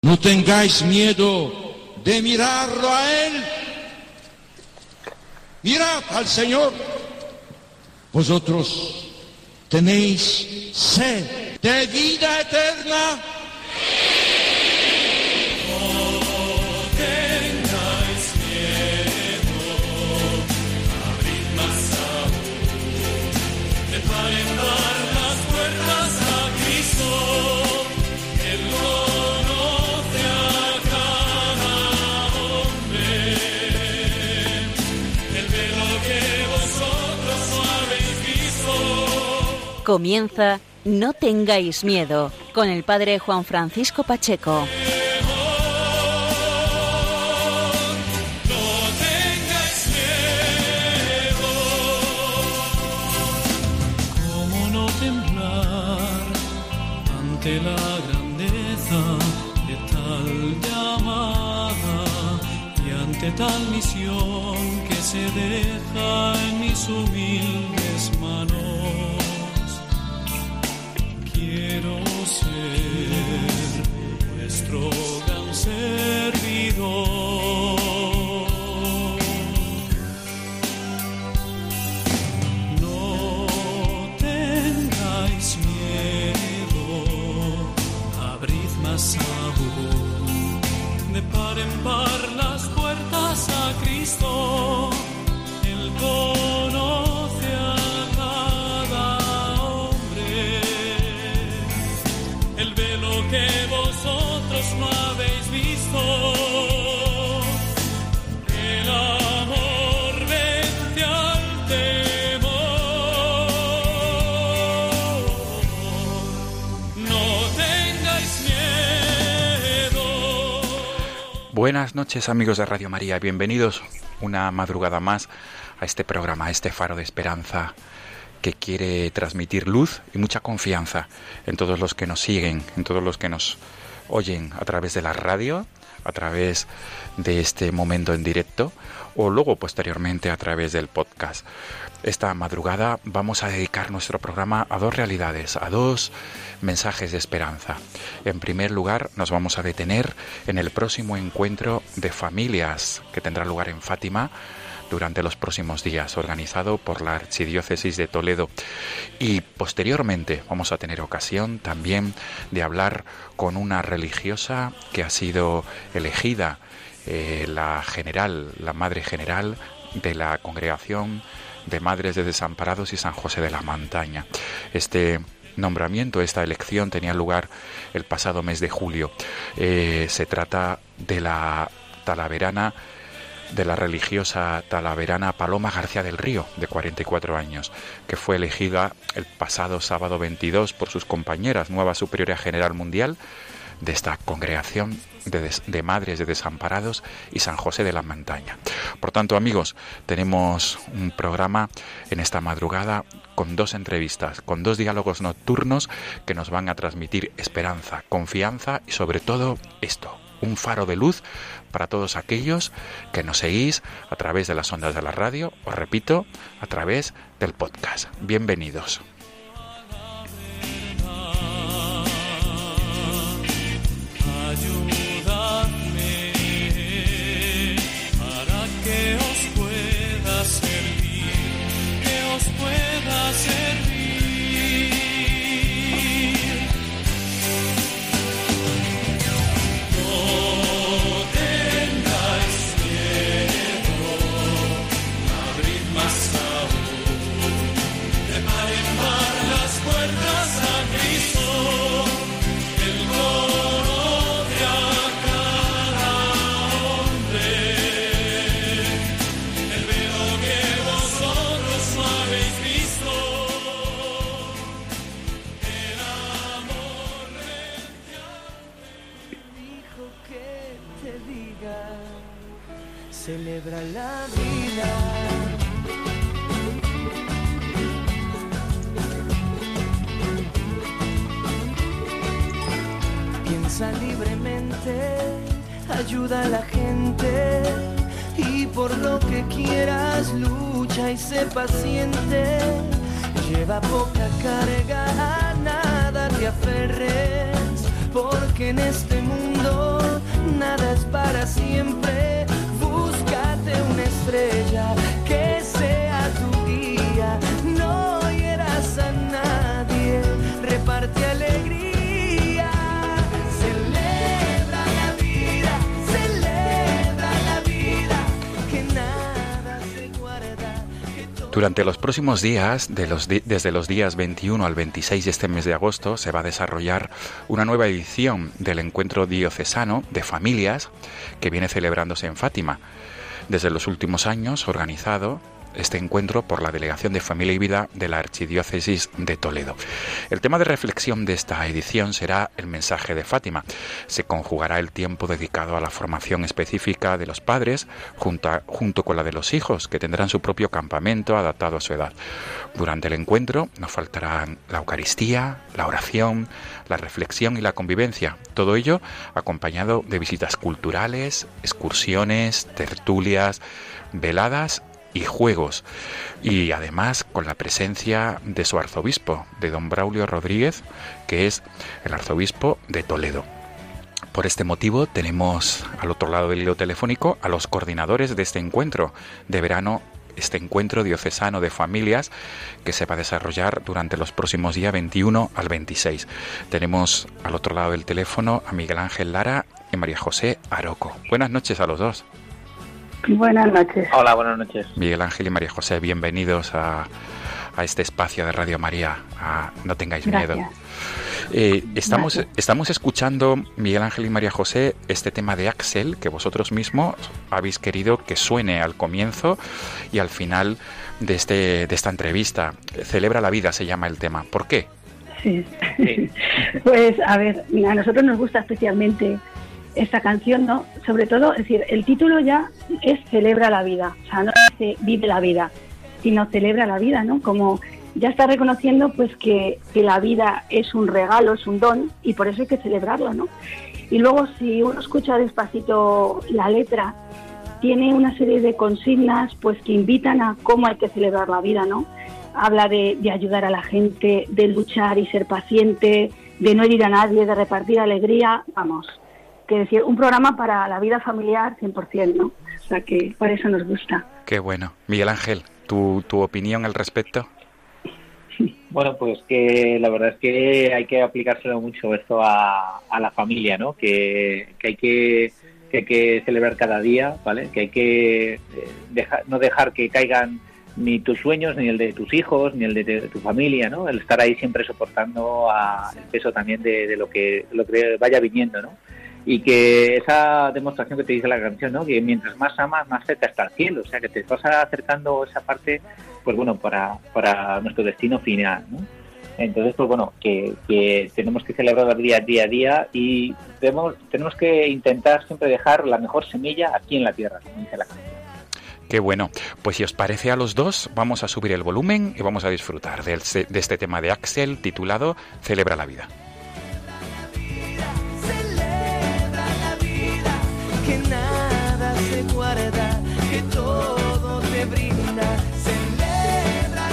No tengáis miedo de mirarlo a Él. Mirad al Señor. Vosotros tenéis sed de vida eterna. Comienza No tengáis miedo con el padre Juan Francisco Pacheco. ¿Cómo no temblar ante la grandeza de tal llamada y ante tal misión que se deja en mis humildes manos? Quiero ser vuestro gran servidor. No tengáis miedo, abrid más aún, de par en par las puertas a Cristo. Él conoce a cada hombre. El velo que vosotros no habéis visto, el amor vence al temor. No tengáis miedo. Buenas noches, amigos de Radio María, bienvenidos una madrugada más a este programa, a este faro de esperanza que quiere transmitir luz y mucha confianza en todos los que nos siguen, en todos los que nos oyen a través de la radio, a través de este momento en directo o luego posteriormente a través del podcast. Esta madrugada vamos a dedicar nuestro programa a dos realidades, a dos mensajes de esperanza. En primer lugar, nos vamos a detener en el próximo encuentro de familias que tendrá lugar en Fátima durante los próximos días, organizado por la Archidiócesis de Toledo. Y posteriormente vamos a tener ocasión también de hablar con una religiosa que ha sido elegida la madre general de la Congregación de Madres de Desamparados y San José de la Montaña. Este nombramiento, esta elección tenía lugar el pasado mes de julio. Se trata de la religiosa talaverana Paloma García del Río, de 44 años, que fue elegida el pasado sábado 22 por sus compañeras, nueva superiora general mundial de esta congregación de Madres de Desamparados y San José de la Montaña. Por tanto, amigos, tenemos un programa en esta madrugada con dos entrevistas, con dos diálogos nocturnos que nos van a transmitir esperanza, confianza y sobre todo esto, un faro de luz para todos aquellos que nos seguís a través de las ondas de la radio, os repito, a través del podcast. Bienvenidos. Ayúdame para que os pueda servir, que os pueda servir. Celebra la vida. Piensa libremente, ayuda a la gente y por lo que quieras lucha y sé paciente. Lleva poca carga, a nada te aferres, porque en este mundo Durante los próximos días, desde los días 21 al 26 de este mes de agosto, se va a desarrollar una nueva edición del Encuentro Diocesano de Familias que viene celebrándose en Fátima. Desde los últimos años, organizado este encuentro por la Delegación de Familia y Vida de la Archidiócesis de Toledo. El tema de reflexión de esta edición será el mensaje de Fátima. Se conjugará el tiempo dedicado a la formación específica de los padres junto con la de los hijos, que tendrán su propio campamento adaptado a su edad. Durante el encuentro no faltarán la Eucaristía, la oración, la reflexión y la convivencia. Todo ello acompañado de visitas culturales, excursiones, tertulias, veladas y juegos, y además con la presencia de su arzobispo, de don Braulio Rodríguez, que es el arzobispo de Toledo. Por este motivo tenemos al otro lado del hilo telefónico a los coordinadores de este encuentro de verano, este encuentro diocesano de familias que se va a desarrollar durante los próximos días 21 al 26. Tenemos al otro lado del teléfono a Miguel Ángel Lara y María José Aroco. Buenas noches a los dos. Buenas noches. Hola, buenas noches. Miguel Ángel y María José, bienvenidos a este espacio de Radio María, No tengáis miedo. Estamos escuchando, Miguel Ángel y María José, este tema de Axel, que vosotros mismos habéis querido que suene al comienzo y al final de esta entrevista. Celebra la vida se llama el tema. ¿Por qué? Sí. Pues a ver, a nosotros nos gusta especialmente esta canción, ¿no? Sobre todo, es decir, el título ya es Celebra la vida, o sea, no dice Vive la vida, sino celebra la vida, ¿no? Como ya está reconociendo pues que la vida es un regalo, es un don, y por eso hay que celebrarlo, ¿no? Y luego, si uno escucha despacito la letra, tiene una serie de consignas pues que invitan a cómo hay que celebrar la vida, ¿no? Habla de ayudar a la gente, de luchar y ser paciente, de no herir a nadie, de repartir alegría, vamos, que decir, un programa para la vida familiar 100%, ¿no? O sea que por eso nos gusta. Qué bueno. Miguel Ángel, ¿tu opinión al respecto? Bueno, pues que la verdad es que hay que aplicárselo mucho esto a la familia, ¿no? Que hay que celebrar cada día, ¿vale? Que hay que no dejar que caigan ni tus sueños, ni el de tus hijos, ni el de tu familia, ¿no? El estar ahí siempre soportando el peso también de lo que vaya viniendo, ¿no? Y que esa demostración que te dice la canción, ¿no? Que mientras más amas, más cerca está el cielo, o sea, que te vas acercando esa parte, pues bueno, para nuestro destino final, ¿no? Entonces, pues bueno, que tenemos que celebrar día a día y tenemos que intentar siempre dejar la mejor semilla aquí en la tierra, como dice la canción. Qué bueno. Pues si os parece a los dos, vamos a subir el volumen y vamos a disfrutar de este tema de Axel titulado Celebra la vida. Que nada se guarda, que todo te brinda. Celebra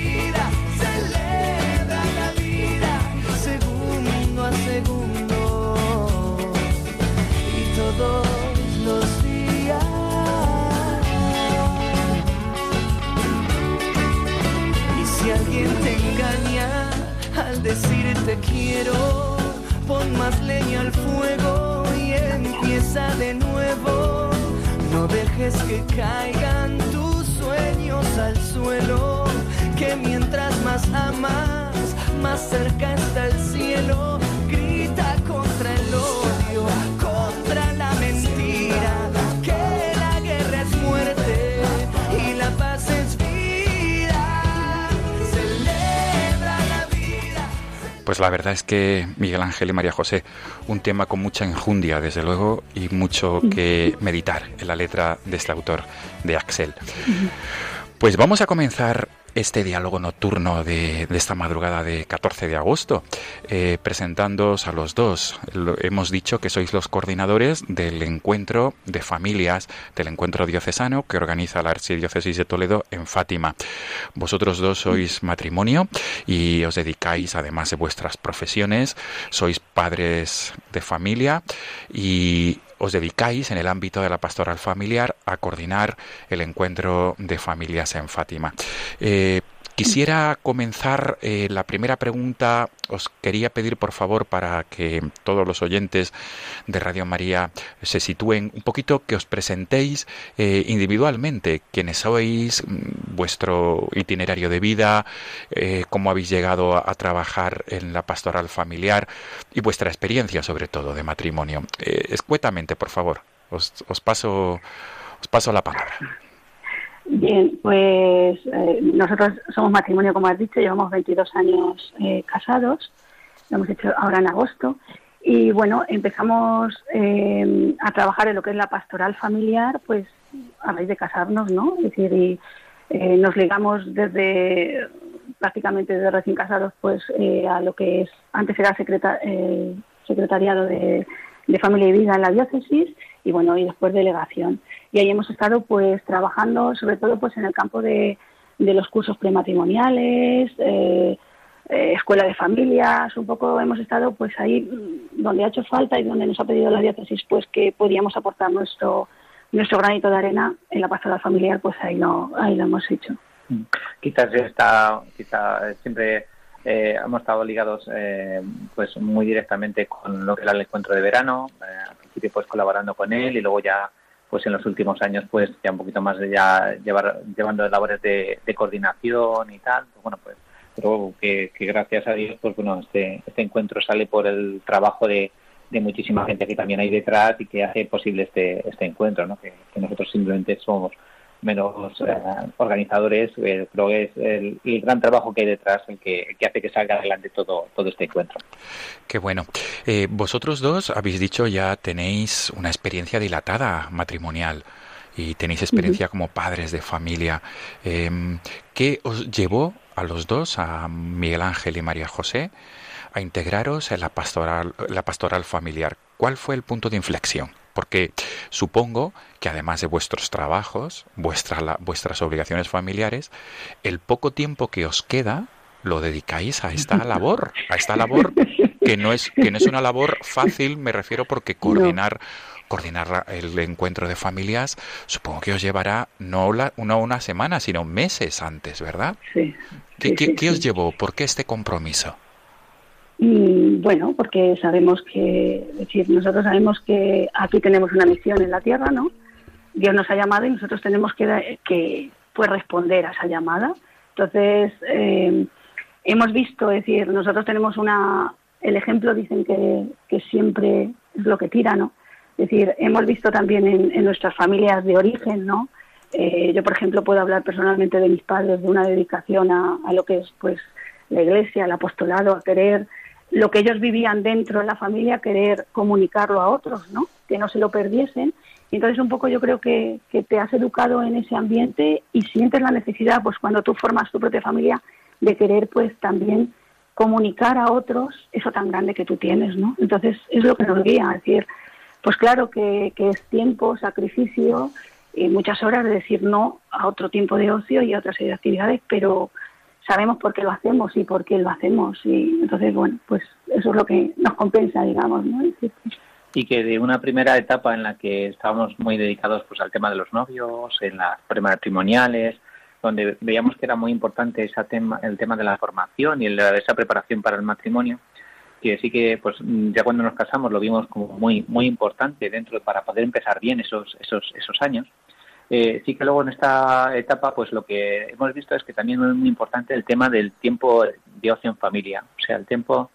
la vida, segundo a segundo y todos los días. Y si alguien te engaña al decirte quiero, pon más leña al fuego y empieza de nuevo. No dejes que caigan tus sueños al suelo, que mientras más amas, más cerca está el cielo. Grita contra el odio, contra la mentira, que la guerra es muerte y la paz es vida. Celebra la vida. Pues la verdad es que Miguel Ángel y María José, un tema con mucha enjundia, desde luego, y mucho que meditar en la letra de este autor, de Axel. Pues vamos a comenzar este diálogo nocturno de esta madrugada de 14 de agosto, presentándoos a los dos. Hemos dicho que sois los coordinadores del encuentro de familias, del encuentro diocesano que organiza la Archidiócesis de Toledo en Fátima. Vosotros dos sois matrimonio y os dedicáis, además de vuestras profesiones, sois padres de familia y os dedicáis en el ámbito de la pastoral familiar a coordinar el encuentro de familias en Fátima. Quisiera comenzar la primera pregunta. Os quería pedir, por favor, para que todos los oyentes de Radio María se sitúen un poquito, que os presentéis individualmente, quiénes sois, vuestro itinerario de vida, cómo habéis llegado a trabajar en la pastoral familiar y vuestra experiencia, sobre todo, de matrimonio. Escuetamente, por favor, os paso la palabra. Bien, pues nosotros somos matrimonio, como has dicho, llevamos 22 años casados, lo hemos hecho ahora en agosto, y bueno, empezamos a trabajar en lo que es la pastoral familiar, pues a raíz de casarnos, ¿no? Es decir, y nos ligamos prácticamente desde recién casados, pues a lo que es, antes era secretariado de Familia y Vida en la diócesis, y bueno, y después delegación. Y ahí hemos estado pues trabajando sobre todo pues en el campo de los cursos prematrimoniales, escuela de familias, un poco hemos estado pues ahí donde ha hecho falta y donde nos ha pedido la diócesis pues que podíamos aportar nuestro granito de arena en la pastoral familiar, pues ahí lo hemos hecho. Quizás siempre hemos estado ligados pues muy directamente con lo que era el encuentro de verano, al principio pues colaborando con él y luego ya pues en los últimos años pues ya un poquito más de ya llevando labores de coordinación y tal, pues bueno, pues pero que gracias a Dios pues bueno, este encuentro sale por el trabajo de muchísima gente que también hay detrás y que hace posible este encuentro, ¿no? Que nosotros simplemente somos menos organizadores, pero es el gran trabajo que hay detrás el que hace que salga adelante todo este encuentro. Qué bueno. Vosotros dos habéis dicho ya tenéis una experiencia dilatada matrimonial y tenéis experiencia como padres de familia. ¿Qué os llevó a los dos, a Miguel Ángel y María José, a integraros en la pastoral familiar? ¿Cuál fue el punto de inflexión? Porque supongo que además de vuestros trabajos, vuestras obligaciones familiares, el poco tiempo que os queda lo dedicáis a esta labor que no es una labor fácil, me refiero, porque coordinar el encuentro de familias supongo que os llevará no una semana, sino meses antes, ¿verdad? Sí. ¿Qué os llevó? ¿Por qué este compromiso? Bueno, porque nosotros sabemos que aquí tenemos una misión en la tierra, ¿no? Dios nos ha llamado y nosotros tenemos que pues responder a esa llamada. Entonces, hemos visto, es decir, nosotros tenemos el ejemplo, dicen que siempre es lo que tira, ¿no? Es decir, hemos visto también en nuestras familias de origen, ¿no? Yo, por ejemplo, puedo hablar personalmente de mis padres, de una dedicación a lo que es, pues, la iglesia, el apostolado, a querer lo que ellos vivían dentro de la familia, querer comunicarlo a otros, ¿no? Que no se lo perdiesen. Y entonces un poco yo creo que te has educado en ese ambiente y sientes la necesidad, pues cuando tú formas tu propia familia, de querer pues también comunicar a otros eso tan grande que tú tienes, ¿no? Entonces es lo que nos guía, es decir, pues claro que es tiempo, sacrificio y muchas horas de decir no a otro tiempo de ocio y a otra serie de actividades, pero sabemos por qué lo hacemos y por qué lo hacemos, y entonces, bueno, pues eso es lo que nos compensa, digamos, ¿no? Y que de una primera etapa en la que estábamos muy dedicados pues al tema de los novios, en las prematrimoniales, donde veíamos que era muy importante el tema de la formación y esa preparación para el matrimonio, que sí que pues ya cuando nos casamos lo vimos como muy muy importante para poder empezar bien esos años. Sí que luego en esta etapa pues lo que hemos visto es que también es muy importante el tema del tiempo de ocio en familia, o sea, el tiempo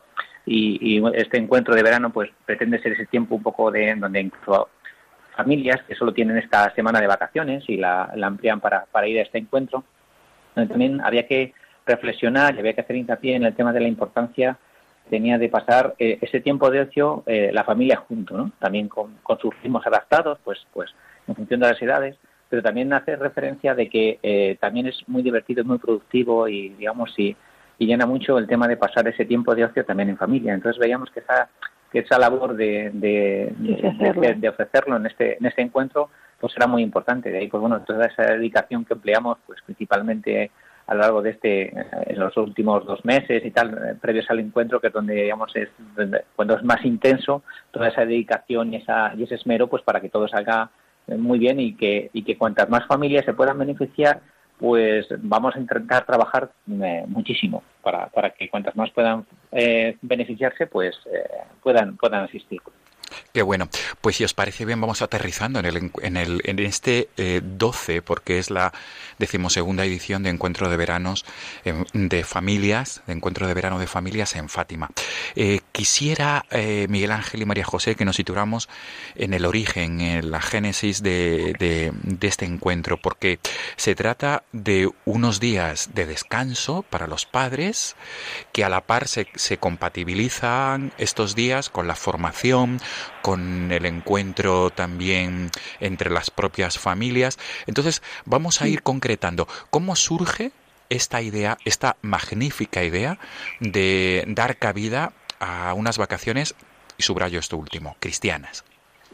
y este encuentro de verano pues pretende ser ese tiempo un poco de donde incluso familias que solo tienen esta semana de vacaciones y la amplían para ir a este encuentro, donde también había que reflexionar y había que hacer hincapié en el tema de la importancia que tenía de pasar ese tiempo de ocio la familia junto, ¿no? También con sus ritmos adaptados pues en función de las edades, pero también hacer referencia de que también es muy divertido, muy productivo y digamos y llena mucho el tema de pasar ese tiempo de ocio también en familia. Entonces veíamos que esa labor de ofrecerlo en este encuentro pues era muy importante. De ahí pues bueno, toda esa dedicación que empleamos pues principalmente a lo largo de en los últimos 2 meses y tal, previos al encuentro, que es donde digamos cuando es más intenso, toda esa dedicación y ese esmero pues para que todo salga muy bien y que cuantas más familias se puedan beneficiar pues vamos a intentar trabajar muchísimo para que cuantas más puedan beneficiarse, pues puedan asistir. Qué bueno. Pues si os parece bien, vamos aterrizando en este 12, porque es la 12ª edición de Encuentro de Veranos de Familias, de Encuentro de Verano de Familias en Fátima. Quisiera, Miguel Ángel y María José, que nos situáramos en el origen, en la génesis de este encuentro, porque se trata de unos días de descanso para los padres, que a la par se compatibilizan estos días con la formación, con el encuentro también entre las propias familias. Entonces vamos a ir concretando cómo surge esta idea, esta magnífica idea de dar cabida a unas vacaciones, y subrayo esto último, cristianas.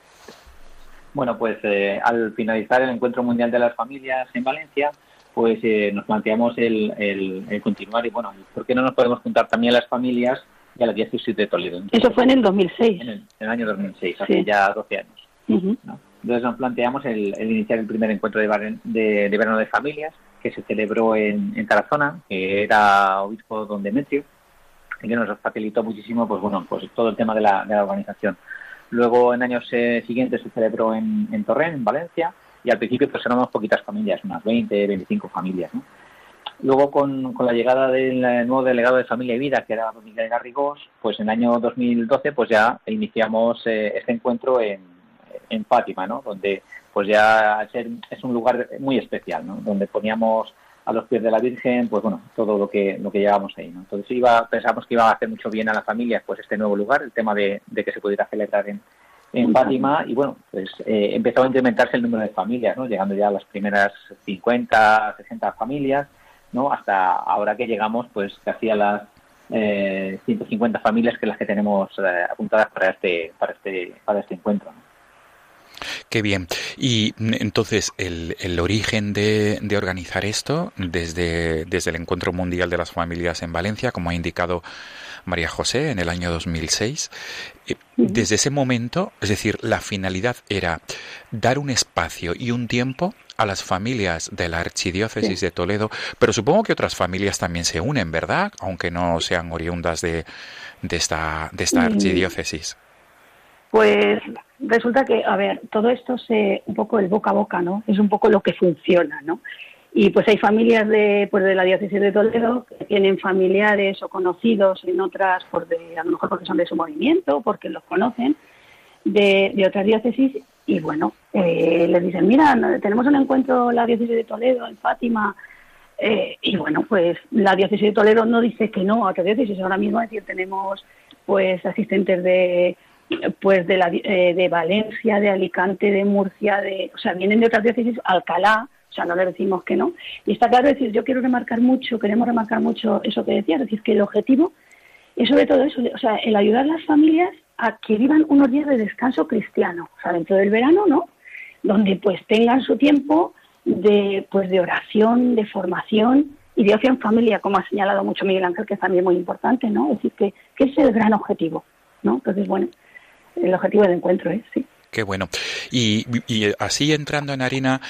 Bueno, pues al finalizar el Encuentro Mundial de las Familias en Valencia, pues nos planteamos el continuar y bueno, ¿por qué no nos podemos juntar también las familias y a la diócesis de Toledo? Entonces, eso fue en el 2006. En el año 2006, hace ya 12 años. Uh-huh. ¿No? Entonces nos planteamos el iniciar el primer encuentro de verano de familias, que se celebró en Tarazona, que era obispo don Demetrio, y que nos facilitó muchísimo pues todo el tema de la organización. Luego en años siguientes se celebró en Torrent, en Valencia, y al principio pues éramos poquitas familias, unas 20, 25 familias, ¿no? Luego, con la llegada del nuevo delegado de Familia y Vida, que era Miguel Garrigós, pues en el año 2012 pues ya iniciamos este encuentro en Fátima, ¿no? Donde pues ya es un lugar muy especial, ¿no? Donde poníamos a los pies de la Virgen, pues bueno, todo lo que llevábamos ahí, ¿no? Entonces pensamos que iba a hacer mucho bien a la familia pues este nuevo lugar, el tema de que se pudiera celebrar en Fátima, y bueno, pues empezó a incrementarse el número de familias, ¿no? Llegando ya a las primeras 50, 60 familias, ¿no? Hasta ahora que llegamos pues casi a las 150 familias, que las que tenemos apuntadas para este encuentro, ¿no? Qué bien. Y entonces el origen de organizar esto desde el Encuentro Mundial de las Familias en Valencia, como ha indicado María José, en el año 2006. Desde ese momento, es decir, la finalidad era dar un espacio y un tiempo a las familias de la Archidiócesis de Toledo, pero supongo que otras familias también se unen, ¿verdad? Aunque no sean oriundas de esta archidiócesis. Pues resulta que, a ver, todo esto un poco el boca a boca, ¿no? Es un poco lo que funciona, ¿no? Y pues hay familias de la diócesis de Toledo que tienen familiares o conocidos en otras, a lo mejor porque son de su movimiento, porque los conocen, de otras diócesis, y bueno, les dicen, mira, tenemos un encuentro en la diócesis de Toledo, en Fátima, y bueno, pues la diócesis de Toledo no dice que no a otras diócesis. Ahora mismo, es decir, tenemos pues asistentes de Valencia, de Alicante, de Murcia, o sea, vienen de otras diócesis, Alcalá, o sea, no le decimos que no. Y está claro, es decir, queremos remarcar mucho eso que decía, es decir, que el objetivo es sobre todo eso, o sea, el ayudar a las familias a que vivan unos días de descanso cristiano, o sea, dentro del verano, ¿no? Donde pues tengan su tiempo de oración, de formación y de ocio en familia, como ha señalado mucho Miguel Ángel, que es también muy importante, ¿no? Es decir, que es el gran objetivo, ¿no? Entonces, bueno, el objetivo del encuentro es, sí. Qué bueno. Y así entrando en harina,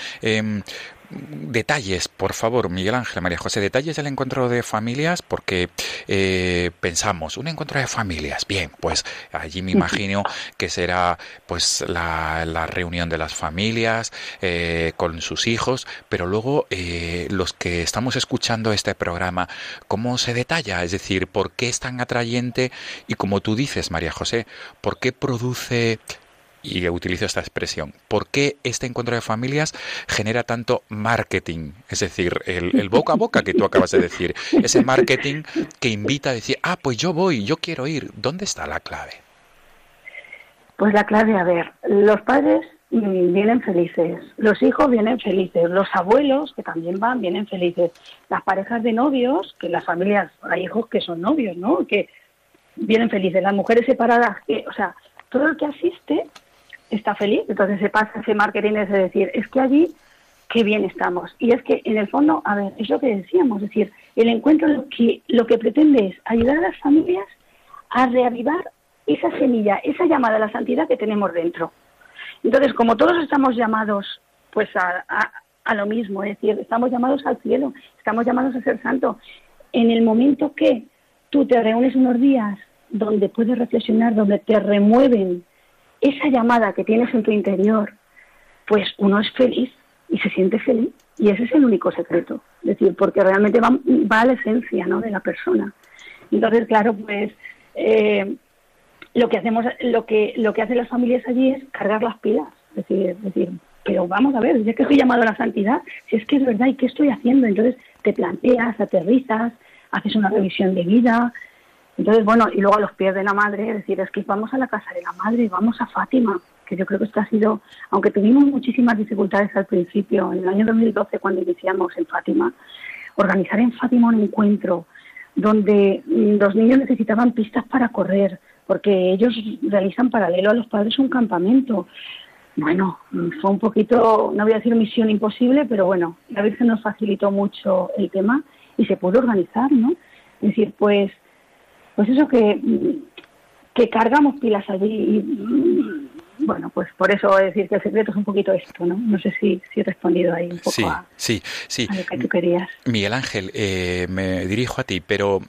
detalles, por favor, Miguel Ángel, María José, detalles del encuentro de familias, porque pensamos, un encuentro de familias, bien, pues allí me imagino que será pues la reunión de las familias con sus hijos, pero luego los que estamos escuchando este programa, ¿cómo se detalla? Es decir, ¿por qué es tan atrayente? Y como tú dices, María José, ¿por qué produce... Y utilizo esta expresión, ¿por qué este encuentro de familias genera tanto marketing? Es decir, el boca a boca que tú acabas de decir, ese marketing que invita a decir, pues yo voy, yo quiero ir. ¿Dónde está la clave? Pues la clave, a ver, los padres vienen felices, los hijos vienen felices, los abuelos, que también vienen felices, las parejas de novios, que las familias, hay hijos que son novios, ¿no? Que vienen felices, las mujeres separadas, o sea, todo el que asiste está feliz. Entonces se pasa ese marketing, es decir, es que allí qué bien estamos. Y es que en el fondo, a ver, es lo que decíamos, es decir, el encuentro lo que pretende es ayudar a las familias a reavivar esa semilla, esa llamada a la santidad que tenemos dentro. Entonces, como todos estamos llamados pues a a lo mismo, es decir, estamos llamados al cielo, estamos llamados a ser santos. En el momento que tú te reúnes unos días donde puedes reflexionar, donde te remueven esa llamada que tienes en tu interior, pues uno es feliz y se siente feliz, y ese es el único secreto, es decir, porque realmente va a la esencia, ¿no?, de la persona. Entonces, claro, pues lo que hacen las familias allí es cargar las pilas, es decir, pero vamos a ver, si es que estoy llamado a la santidad, si es que es verdad, ¿y qué estoy haciendo? Entonces te planteas, aterrizas, haces una revisión de vida. Entonces, bueno, y luego a los pies de la madre, es decir, es que vamos a la casa de la madre, vamos a Fátima, que yo creo que esto ha sido, aunque tuvimos muchísimas dificultades al principio, en el año 2012 cuando iniciamos en Fátima, organizar en Fátima un encuentro donde los niños necesitaban pistas para correr, porque ellos realizan paralelo a los padres un campamento. Bueno, fue un poquito, no voy a decir misión imposible, pero bueno, la Virgen nos facilitó mucho el tema y se pudo organizar, ¿no? Es decir, pues eso que cargamos pilas allí y bueno, pues por eso es decir que el secreto es un poquito esto, ¿no? No sé si he respondido ahí un poco a lo que tú querías. Miguel Ángel, me dirijo a ti, pero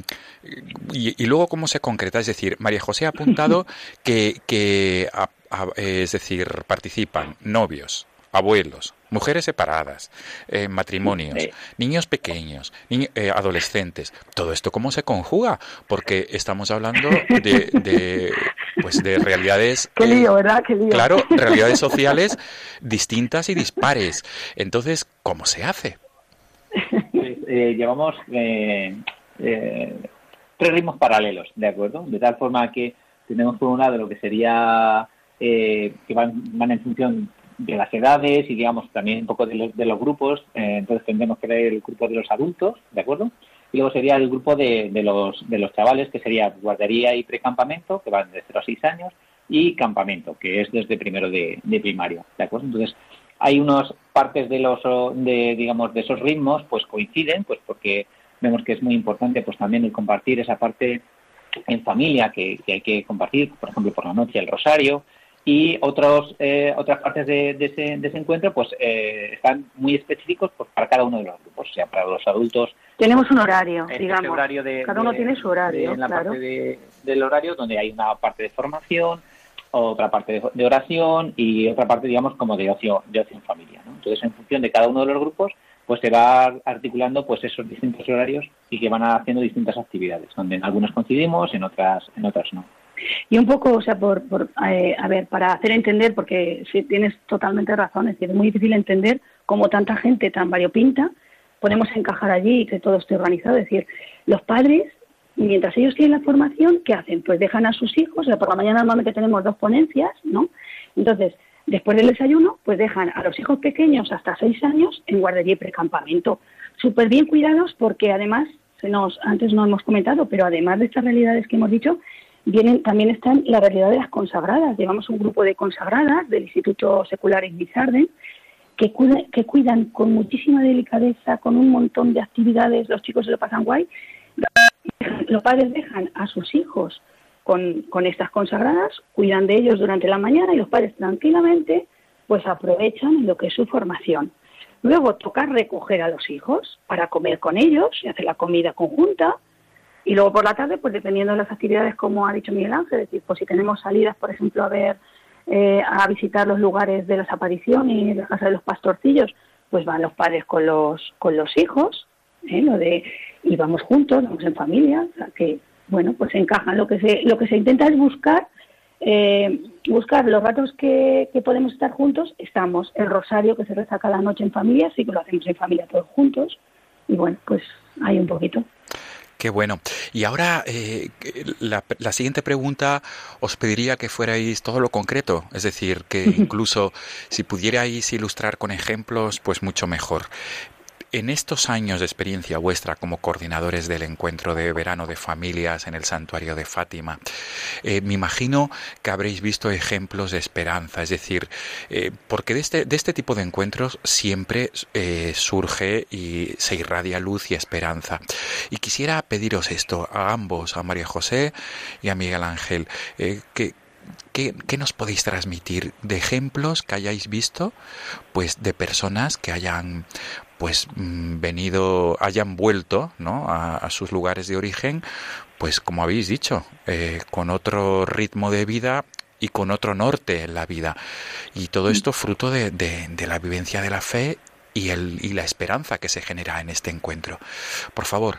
y luego cómo se concreta, es decir, María José ha apuntado que es decir, participan novios, abuelos, mujeres separadas, matrimonios, niños pequeños, adolescentes. ¿Todo esto cómo se conjuga? Porque estamos hablando de realidades... Qué lío, ¿verdad? Qué lío. Claro, realidades sociales distintas y dispares. Entonces, ¿cómo se hace? Llevamos 3 ritmos paralelos, ¿de acuerdo? De tal forma que tenemos por un lado lo que sería... que van en función de las edades y, digamos, también un poco de los grupos. Entonces tendremos que ver el grupo de los adultos, ¿de acuerdo? Y luego sería el grupo de los chavales, que sería guardería y precampamento, que van de 0 a 6 años, y campamento, que es desde primero de primaria, ¿de acuerdo? Entonces, hay unas partes de esos ritmos, pues coinciden, pues porque vemos que es muy importante, pues también el compartir esa parte en familia que hay que compartir, por ejemplo, por la noche el rosario. Y otras partes de ese encuentro pues están muy específicos pues, para cada uno de los grupos. O sea, para los adultos tenemos un horario, digamos, horario cada uno tiene su horario, en la claro. parte del horario donde hay una parte de formación, otra parte de oración y otra parte, digamos, como de ocio en familia, ¿no? Entonces, en función de cada uno de los grupos pues se va articulando pues esos distintos horarios y que van haciendo distintas actividades, donde en algunas coincidimos, en otras no. Y un poco, o sea, para hacer entender, porque sí tienes totalmente razón, es decir, es muy difícil entender cómo tanta gente tan variopinta podemos encajar allí y que todo esté organizado. Es decir, los padres, mientras ellos tienen la formación, ¿qué hacen? Pues dejan a sus hijos, o sea, por la mañana normalmente tenemos 2 ponencias, ¿no? Entonces, después del desayuno, pues dejan a los hijos pequeños hasta 6 años en guardería y precampamento. Súper bien cuidados porque además, antes no hemos comentado, pero además de estas realidades que hemos dicho, también están la realidad de las consagradas. Llevamos un grupo de consagradas del Instituto Secular Ignizarden que cuidan con muchísima delicadeza, con un montón de actividades, los chicos se lo pasan guay. Los padres dejan a sus hijos con estas consagradas, cuidan de ellos durante la mañana y los padres tranquilamente pues aprovechan lo que es su formación. Luego toca recoger a los hijos para comer con ellos y hacer la comida conjunta. Y luego por la tarde, pues dependiendo de las actividades, como ha dicho Miguel Ángel, es decir, pues si tenemos salidas, por ejemplo, a visitar los lugares de las apariciones, la casa de los pastorcillos, pues van los padres con los hijos, y vamos juntos, vamos en familia, o sea que, bueno, pues encajan. Lo que se intenta es buscar los ratos que podemos estar juntos, estamos. El rosario que se reza cada noche en familia, sí que lo hacemos en familia todos juntos, y bueno, pues hay un poquito. Qué bueno. Y ahora la siguiente pregunta os pediría que fuerais todo lo concreto, es decir, que incluso si pudierais ilustrar con ejemplos, pues mucho mejor. En estos años de experiencia vuestra como coordinadores del encuentro de verano de familias en el santuario de Fátima, me imagino que habréis visto ejemplos de esperanza, es decir, porque de este tipo de encuentros siempre surge y se irradia luz y esperanza. Y quisiera pediros esto a ambos, a María José y a Miguel Ángel, ¿qué nos podéis transmitir de ejemplos que hayáis visto, pues de personas que hayan pues hayan vuelto, ¿no?, a sus lugares de origen, pues como habéis dicho, con otro ritmo de vida y con otro norte en la vida, y todo esto fruto de la vivencia de la fe y la esperanza que se genera en este encuentro? Por favor.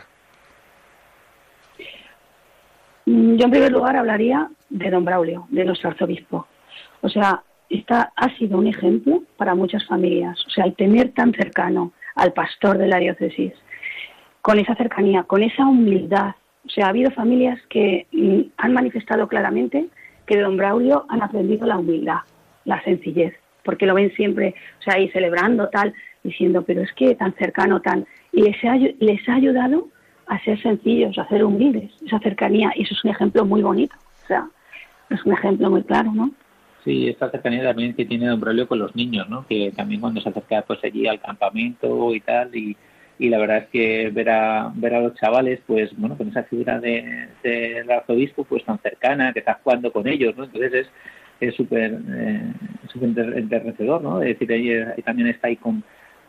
Yo en primer lugar hablaría de don Braulio, de nuestro arzobispo. O sea, ha sido un ejemplo para muchas familias. O sea, el tener tan cercano al pastor de la diócesis, con esa cercanía, con esa humildad. O sea, ha habido familias que han manifestado claramente que de don Braulio han aprendido la humildad, la sencillez, porque lo ven siempre, o sea, ahí celebrando, tal, diciendo, pero es que tan cercano, y les ha ayudado a ser sencillos, a ser humildes, esa cercanía, y eso es un ejemplo muy bonito, o sea, es un ejemplo muy claro, ¿no? Sí, esta cercanía también que tiene don Braulio con los niños, ¿no? Que también cuando se acerca pues allí al campamento y tal, y la verdad es que ver a los chavales, pues bueno, con esa figura del arzobispo pues tan cercana, que está jugando con ellos, ¿no? Entonces es súper enternecedor, ¿no? Es decir, ahí también está ahí con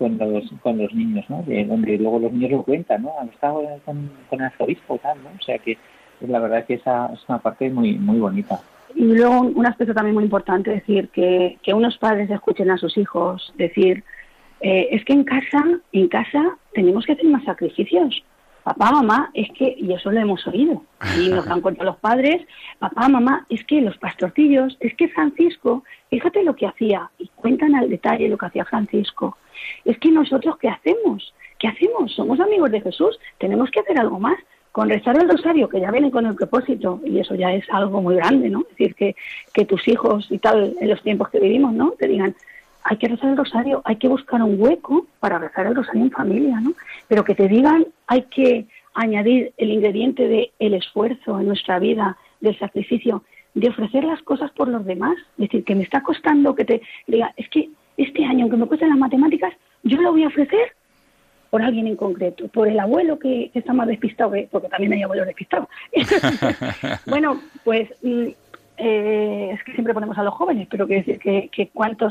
los niños, ¿no? Donde luego los niños lo cuentan, ¿no? Han estado con el arzobispo, tal, ¿no? O sea que la verdad es que esa es una parte muy muy bonita. Y luego un aspecto también muy importante, decir que unos padres escuchen a sus hijos decir, es que en casa tenemos que hacer más sacrificios. Papá, mamá, es que, y eso lo hemos oído, y nos han contado los padres, papá, mamá, es que los pastorcillos, es que Francisco, fíjate lo que hacía, y cuentan al detalle lo que hacía Francisco. Es que nosotros, ¿qué hacemos? ¿Qué hacemos? Somos amigos de Jesús, tenemos que hacer algo más. Con rezar el rosario, que ya viene con el propósito, y eso ya es algo muy grande, ¿no? Es decir, que tus hijos y tal, en los tiempos que vivimos, ¿no?, te digan, hay que rezar el rosario, hay que buscar un hueco para rezar el rosario en familia, ¿no? Pero que te digan, hay que añadir el ingrediente del esfuerzo en nuestra vida, del sacrificio, de ofrecer las cosas por los demás. Es decir, que me está costando que te diga, es que este año, aunque me cuesten las matemáticas, yo lo voy a ofrecer por alguien en concreto, por el abuelo que está más despistado, porque también hay abuelos despistados. Bueno, pues es que siempre ponemos a los jóvenes, pero quiero decir que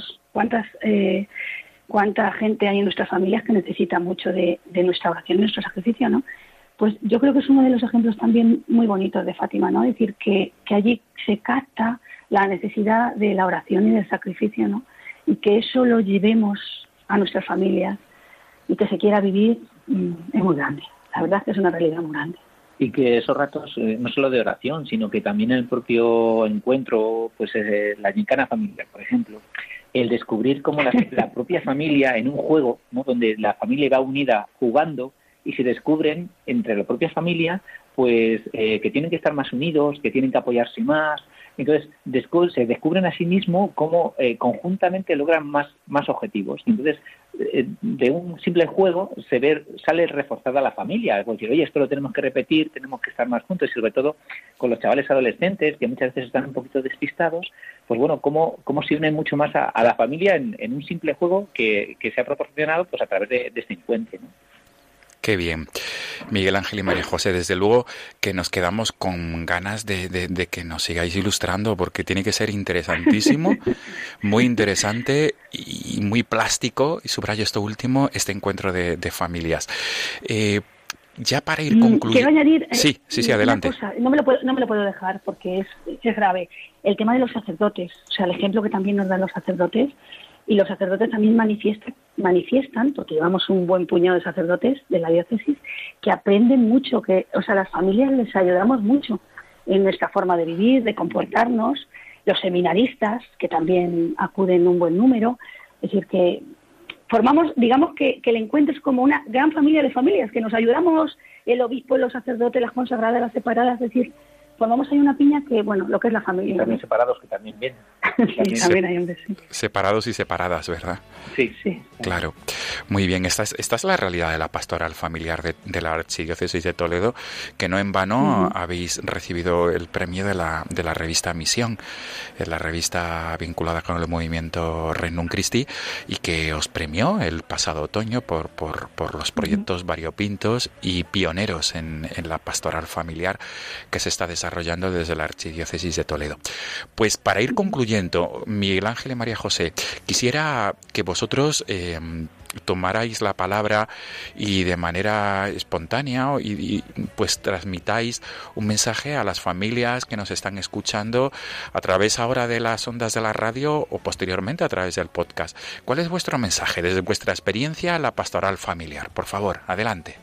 cuánta gente hay en nuestras familias que necesita mucho de nuestra oración, de nuestro sacrificio, ¿no? Pues yo creo que es uno de los ejemplos también muy bonitos de Fátima, ¿no? Es decir, que allí se capta la necesidad de la oración y del sacrificio, ¿no? Y que eso lo llevemos a nuestras familias y que se quiera vivir es muy grande. La verdad es que es una realidad muy grande. Y que esos ratos, no solo de oración, sino que también en el propio encuentro, pues la gincana familiar, por ejemplo, el descubrir cómo la propia familia en un juego, ¿no?, donde la familia va unida jugando, y se descubren entre la propia familia, pues que tienen que estar más unidos, que tienen que apoyarse más. Entonces se descubren a sí mismos cómo conjuntamente logran más objetivos. Entonces, de un simple juego sale reforzada la familia. Es decir, oye, esto lo tenemos que repetir, tenemos que estar más juntos, y sobre todo con los chavales adolescentes, que muchas veces están un poquito despistados, pues bueno, cómo se unen mucho más a la familia en un simple juego que se ha proporcionado pues a través de este encuentro, ¿no? Qué bien. Miguel Ángel y María José, desde luego que nos quedamos con ganas de que nos sigáis ilustrando, porque tiene que ser interesantísimo, muy interesante y muy plástico, y subrayo esto último, este encuentro de familias. Ya para ir concluyendo... Quiero añadir... Sí, adelante. Una cosa, no me lo puedo dejar porque es grave. El tema de los sacerdotes, o sea, el ejemplo que también nos dan los sacerdotes, y los sacerdotes también manifiestan, porque llevamos un buen puñado de sacerdotes de la diócesis, que aprenden mucho, las familias les ayudamos mucho en nuestra forma de vivir, de comportarnos, los seminaristas, que también acuden un buen número, es decir, que formamos, digamos que el encuentro es como una gran familia de familias, que nos ayudamos el obispo, los sacerdotes, las consagradas, las separadas, es decir, formamos ahí una piña que, bueno, lo que es la familia. Y también separados, que también vienen. Sí, también hay un deseo. Separados y separadas, ¿verdad? Sí. Claro. Muy bien, esta es la realidad de la pastoral familiar de la Archidiócesis de Toledo, que no en vano habéis recibido el premio de la revista Misión, la revista vinculada con el movimiento Regnum Christi, y que os premió el pasado otoño por los proyectos variopintos y pioneros en la pastoral familiar que se está desarrollando desarrollando desde la Archidiócesis de Toledo. Pues para ir concluyendo, Miguel Ángel y María José, quisiera que vosotros tomarais la palabra y de manera espontánea y pues transmitáis un mensaje a las familias que nos están escuchando a través ahora de las ondas de la radio o posteriormente a través del podcast. ¿Cuál es vuestro mensaje desde vuestra experiencia en la pastoral familiar? Por favor, adelante.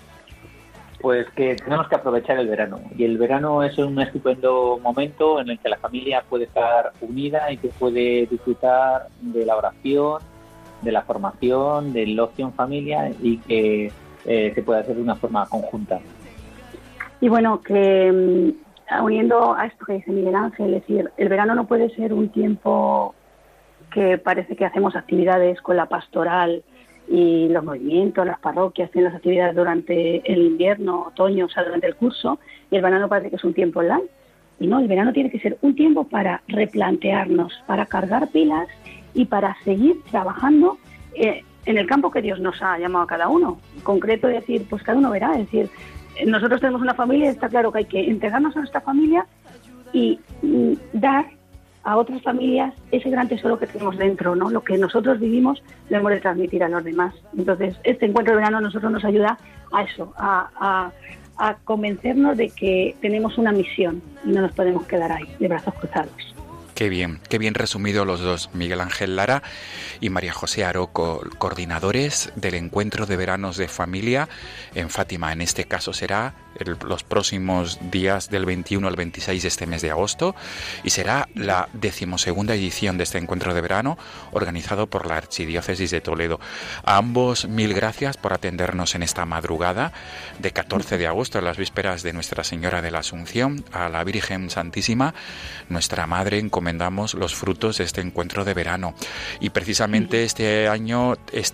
Pues que tenemos que aprovechar el verano, y el verano es un estupendo momento en el que la familia puede estar unida y que puede disfrutar de la oración, de la formación, del ocio en familia, y que se puede hacer de una forma conjunta. Y bueno, que uniendo a esto que dice Miguel Ángel, es decir, el verano no puede ser un tiempo que parece que hacemos actividades con la pastoral y los movimientos, las parroquias hacen las actividades durante el invierno, otoño, o sea, durante el curso, y el verano parece que es un tiempo online. Y no, el verano tiene que ser un tiempo para replantearnos, para cargar pilas y para seguir trabajando en el campo que Dios nos ha llamado a cada uno. En concreto, decir, pues cada uno verá, es decir, nosotros tenemos una familia y está claro que hay que entregarnos a nuestra familia y dar a otras familias ese gran tesoro que tenemos dentro, ¿no? Lo que nosotros vivimos lo hemos de transmitir a los demás. Entonces, este encuentro de verano a nosotros nos ayuda a eso, a convencernos de que tenemos una misión y no nos podemos quedar ahí, de brazos cruzados. Qué bien resumido los dos, Miguel Ángel Lara y María José Aroco, coordinadores del encuentro de veranos de familia en Fátima. En este caso será los próximos días del 21 al 26 de este mes de agosto y será la 12ª edición de este encuentro de verano organizado por la Archidiócesis de Toledo. A ambos mil gracias por atendernos en esta madrugada de 14 de agosto, en las vísperas de Nuestra Señora de la Asunción. A la Virgen Santísima, nuestra Madre, encomendamos los frutos de este encuentro de verano. Y precisamente este año,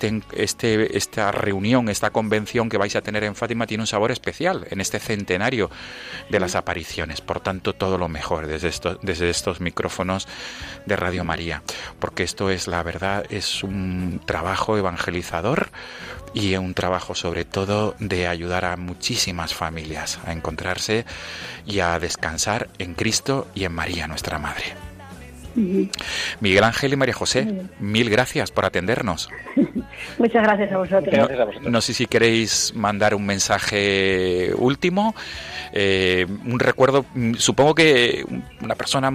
esta reunión, esta convención que vais a tener en Fátima tiene un sabor especial en este centenario de las apariciones. Por tanto, todo lo mejor desde estos micrófonos de Radio María, porque esto es, la verdad, es un trabajo evangelizador y un trabajo sobre todo de ayudar a muchísimas familias a encontrarse y a descansar en Cristo y en María, nuestra Madre. Miguel Ángel y María José, mil gracias por atendernos. Muchas gracias a vosotros. No sé si queréis mandar un mensaje último, un recuerdo. Supongo que una persona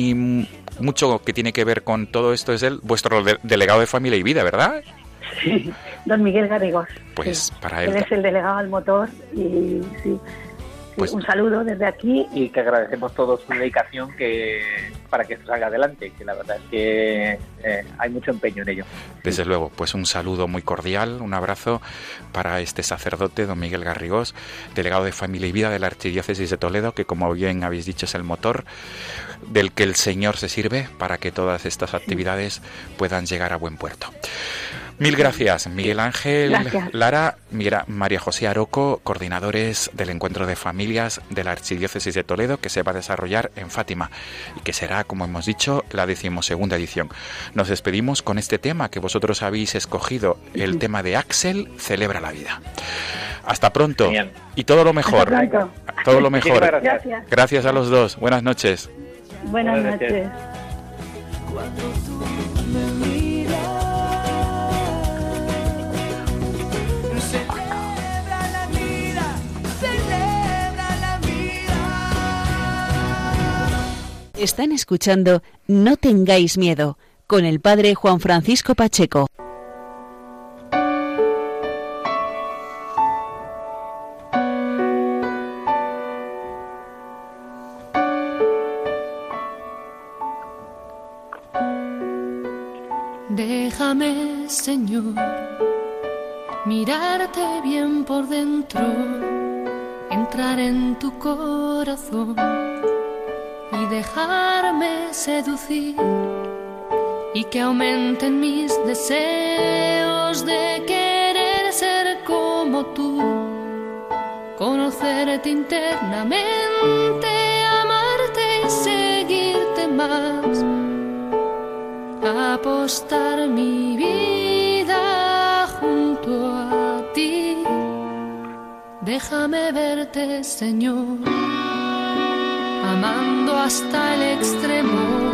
mucho que tiene que ver con todo esto es vuestro delegado de Familia y Vida, ¿verdad? Sí, don Miguel Garrigós. Pues sí, para él es el delegado al motor y sí. Pues, un saludo desde aquí. Y que agradecemos todos su dedicación para que esto salga adelante, que la verdad es que hay mucho empeño en ello. Desde luego, pues un saludo muy cordial, un abrazo para este sacerdote, don Miguel Garrigós, delegado de Familia y Vida de la Archidiócesis de Toledo, que como bien habéis dicho es el motor del que el Señor se sirve para que todas estas actividades puedan llegar a buen puerto. Mil gracias, Miguel Ángel Lara, María José Aroco, coordinadores del Encuentro de Familias de la Archidiócesis de Toledo, que se va a desarrollar en Fátima y que será, como hemos dicho, la 12ª edición. Nos despedimos con este tema que vosotros habéis escogido, el tema de Axel, Celebra la Vida. Hasta pronto. Genial. Y todo lo mejor. Todo lo mejor. Gracias. Gracias a los dos. Buenas noches. Buenas noches. Cuando tú me miras, celebra la vida, celebra la vida. Están escuchando No tengáis miedo con el padre Juan Francisco Pacheco. Déjame, Señor, mirarte bien por dentro, entrar en tu corazón y dejarme seducir, y que aumenten mis deseos de querer ser como tú, conocerte internamente, amarte y seguirte más. Apostar mi vida junto a ti. Déjame verte, Señor. amando hasta el extremo.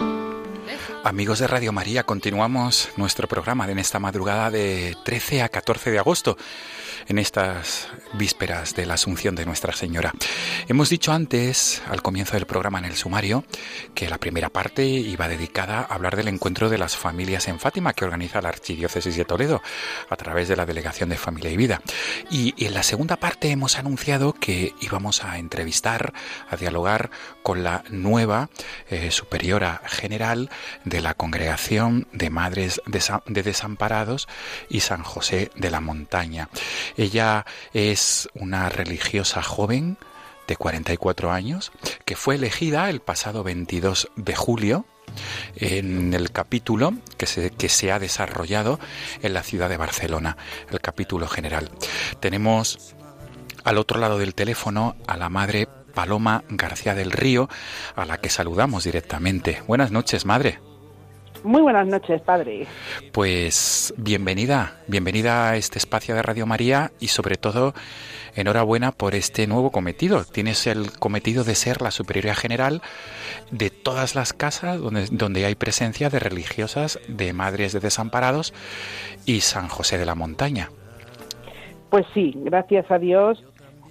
Amigos de Radio María, continuamos nuestro programa en esta madrugada de 13 a 14 de agosto, en estas vísperas de la Asunción de Nuestra Señora. Hemos dicho antes, al comienzo del programa en el sumario, que la primera parte iba dedicada a hablar del encuentro de las familias en Fátima que organiza la Archidiócesis de Toledo a través de la Delegación de Familia y Vida. Y en la segunda parte hemos anunciado que íbamos a entrevistar, a dialogar con la nueva superiora general de la Congregación de Madres de Desamparados y San José de la Montaña. Ella es una religiosa joven de 44 años que fue elegida el pasado 22 de julio en el capítulo que se ha desarrollado en la ciudad de Barcelona, el capítulo general. Tenemos al otro lado del teléfono a la madre Paloma García del Río, a la que saludamos directamente. Buenas noches, madre. Muy buenas noches, padre. Pues bienvenida a este espacio de Radio María y sobre todo enhorabuena por este nuevo cometido. Tienes el cometido de ser la superiora general de todas las casas donde hay presencia de religiosas, de Madres de Desamparados y San José de la Montaña. Pues sí, gracias a Dios.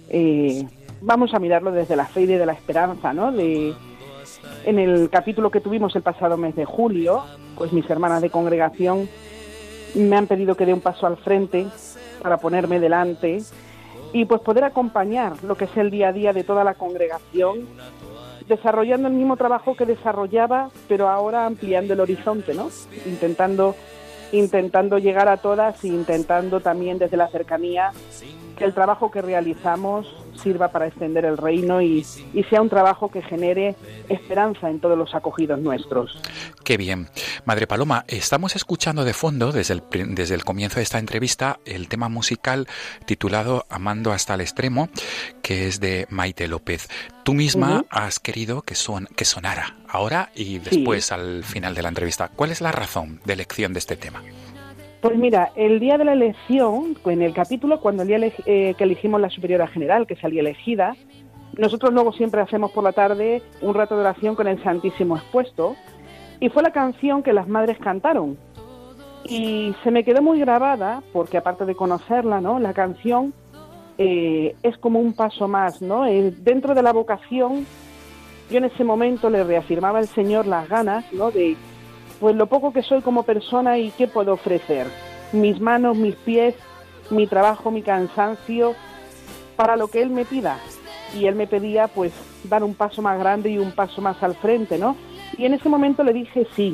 Vamos a mirarlo desde la fe y de la esperanza, ¿no? En el capítulo que tuvimos el pasado mes de julio, pues mis hermanas de congregación me han pedido que dé un paso al frente para ponerme delante y pues poder acompañar lo que es el día a día de toda la congregación, desarrollando el mismo trabajo que desarrollaba, pero ahora ampliando el horizonte, ¿no? Intentando llegar a todas e intentando también desde la cercanía que el trabajo que realizamos sirva para extender el reino y sea un trabajo que genere esperanza en todos los acogidos nuestros. Qué bien. Madre Paloma, estamos escuchando de fondo, desde el comienzo de esta entrevista, el tema musical titulado Amando hasta el extremo, que es de Maite López. Tú misma has querido que sonara ahora y después al final de la entrevista. ¿Cuál es la razón de elección de este tema? Pues mira, el día de la elección, en el capítulo, cuando el día que elegimos la superiora general, que salía elegida, nosotros luego siempre hacemos por la tarde un rato de oración con el Santísimo expuesto, y fue la canción que las madres cantaron. Y se me quedó muy grabada, porque aparte de conocerla, ¿no?, la canción es como un paso más, ¿no? Dentro de la vocación, yo en ese momento le reafirmaba al Señor las ganas, ¿no?, de pues lo poco que soy como persona y qué puedo ofrecer. Mis manos, mis pies, mi trabajo, mi cansancio, para lo que Él me pida. Y Él me pedía pues dar un paso más grande y un paso más al frente, ¿no? Y en ese momento le dije sí,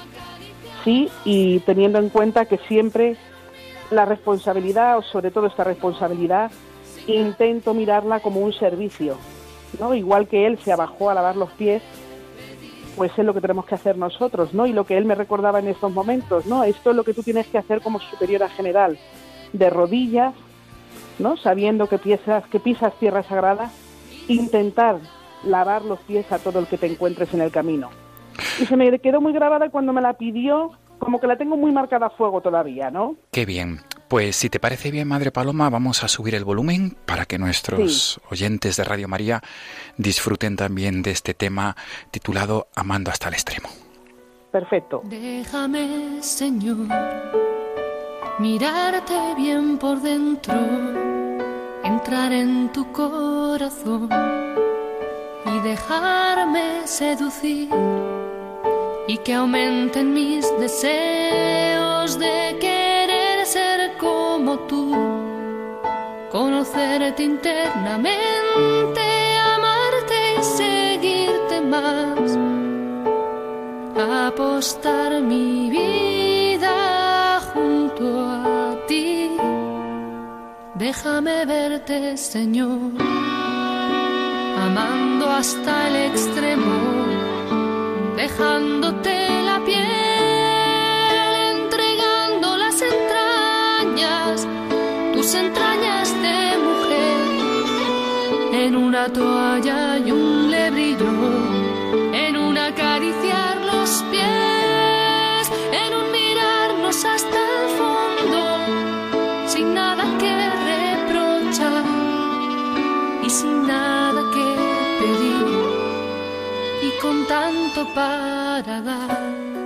y teniendo en cuenta que siempre la responsabilidad, o sobre todo esta responsabilidad, intento mirarla como un servicio, ¿no? Igual que Él se abajó a lavar los pies, pues es lo que tenemos que hacer nosotros, ¿no? Y lo que él me recordaba en estos momentos, ¿no? Esto es lo que tú tienes que hacer como superiora general, de rodillas, ¿no? Sabiendo que pisas tierra sagrada, intentar lavar los pies a todo el que te encuentres en el camino. Y se me quedó muy grabada cuando me la pidió, como que la tengo muy marcada a fuego todavía, ¿no? Qué bien. Pues si te parece bien, Madre Paloma, vamos a subir el volumen para que nuestros oyentes de Radio María disfruten también de este tema titulado Amando hasta el extremo. Perfecto. Déjame, Señor, mirarte bien por dentro, entrar en tu corazón y dejarme seducir y que aumenten mis deseos de querer ser como tú, conocerte internamente, amarte y seguirte más, apostar mi vida junto a ti. Déjame verte, Señor, amando hasta el extremo, dejándote la piel, entregando las entrañas, tus entrañas de mujer, en una toalla y un lebrillo, en un acariciar los pies, en un mirarnos hasta el fondo, sin nada que reprochar y sin nada que pedir. tanto para dar.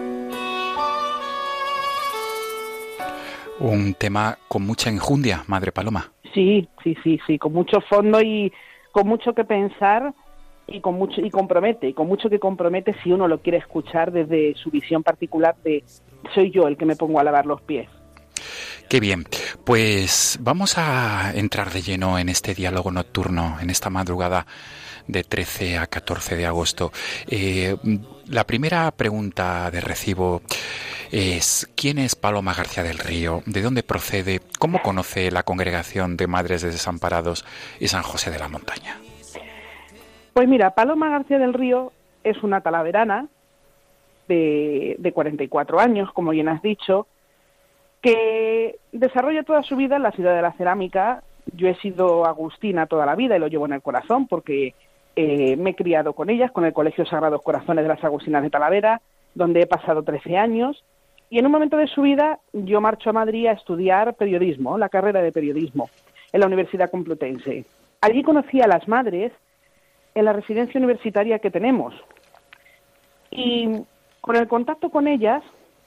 Un tema con mucha enjundia, Madre Paloma. Sí, con mucho fondo y con mucho que pensar y con mucho que compromete si uno lo quiere escuchar desde su visión particular de soy yo el que me pongo a lavar los pies. Qué bien, pues vamos a entrar de lleno en este diálogo nocturno, en esta madrugada de 13 a 14 de agosto. La primera pregunta de recibo es: ¿quién es Paloma García del Río? ¿De dónde procede? ¿Cómo conoce la Congregación de Madres de Desamparados y San José de la Montaña? Pues mira, Paloma García del Río es una talaverana de 44 años, como bien has dicho, que desarrolla toda su vida en la ciudad de la cerámica. Yo he sido agustina toda la vida y lo llevo en el corazón porque me he criado con ellas, con el Colegio Sagrados Corazones de las Agustinas de Talavera, donde he pasado 13 años. Y en un momento de su vida yo marcho a Madrid a estudiar periodismo, la carrera de periodismo, en la Universidad Complutense. Allí conocí a las madres en la residencia universitaria que tenemos. Y con el contacto con ellas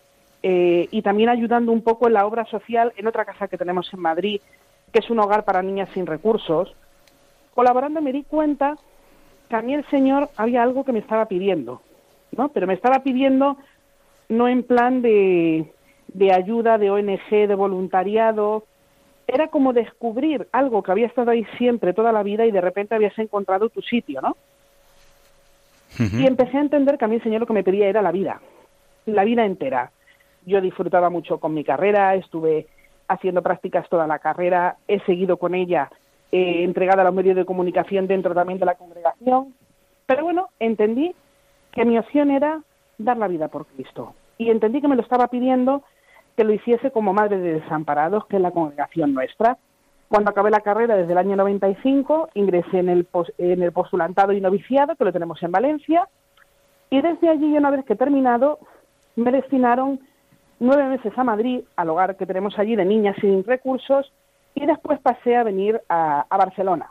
y también ayudando un poco en la obra social en otra casa que tenemos en Madrid, que es un hogar para niñas sin recursos, colaborando me di cuenta que a mí el Señor había algo que me estaba pidiendo, ¿no? Pero me estaba pidiendo no en plan de ayuda, de ONG, de voluntariado. Era como descubrir algo que había estado ahí siempre, toda la vida, y de repente habías encontrado tu sitio, ¿no? Uh-huh. Y empecé a entender que a mí el Señor lo que me pedía era la vida entera. Yo disfrutaba mucho con mi carrera, estuve haciendo prácticas toda la carrera, he seguido con ella, entregada a los medios de comunicación dentro también de la congregación, pero bueno, entendí que mi opción era dar la vida por Cristo, y entendí que me lo estaba pidiendo que lo hiciese como madre de desamparados, que es la congregación nuestra. Cuando acabé la carrera desde el año 95, ingresé en el postulantado y noviciado, que lo tenemos en Valencia, y desde allí, una vez que he terminado, me destinaron 9 meses a Madrid, al hogar que tenemos allí de niñas sin recursos, y después pasé a venir a Barcelona.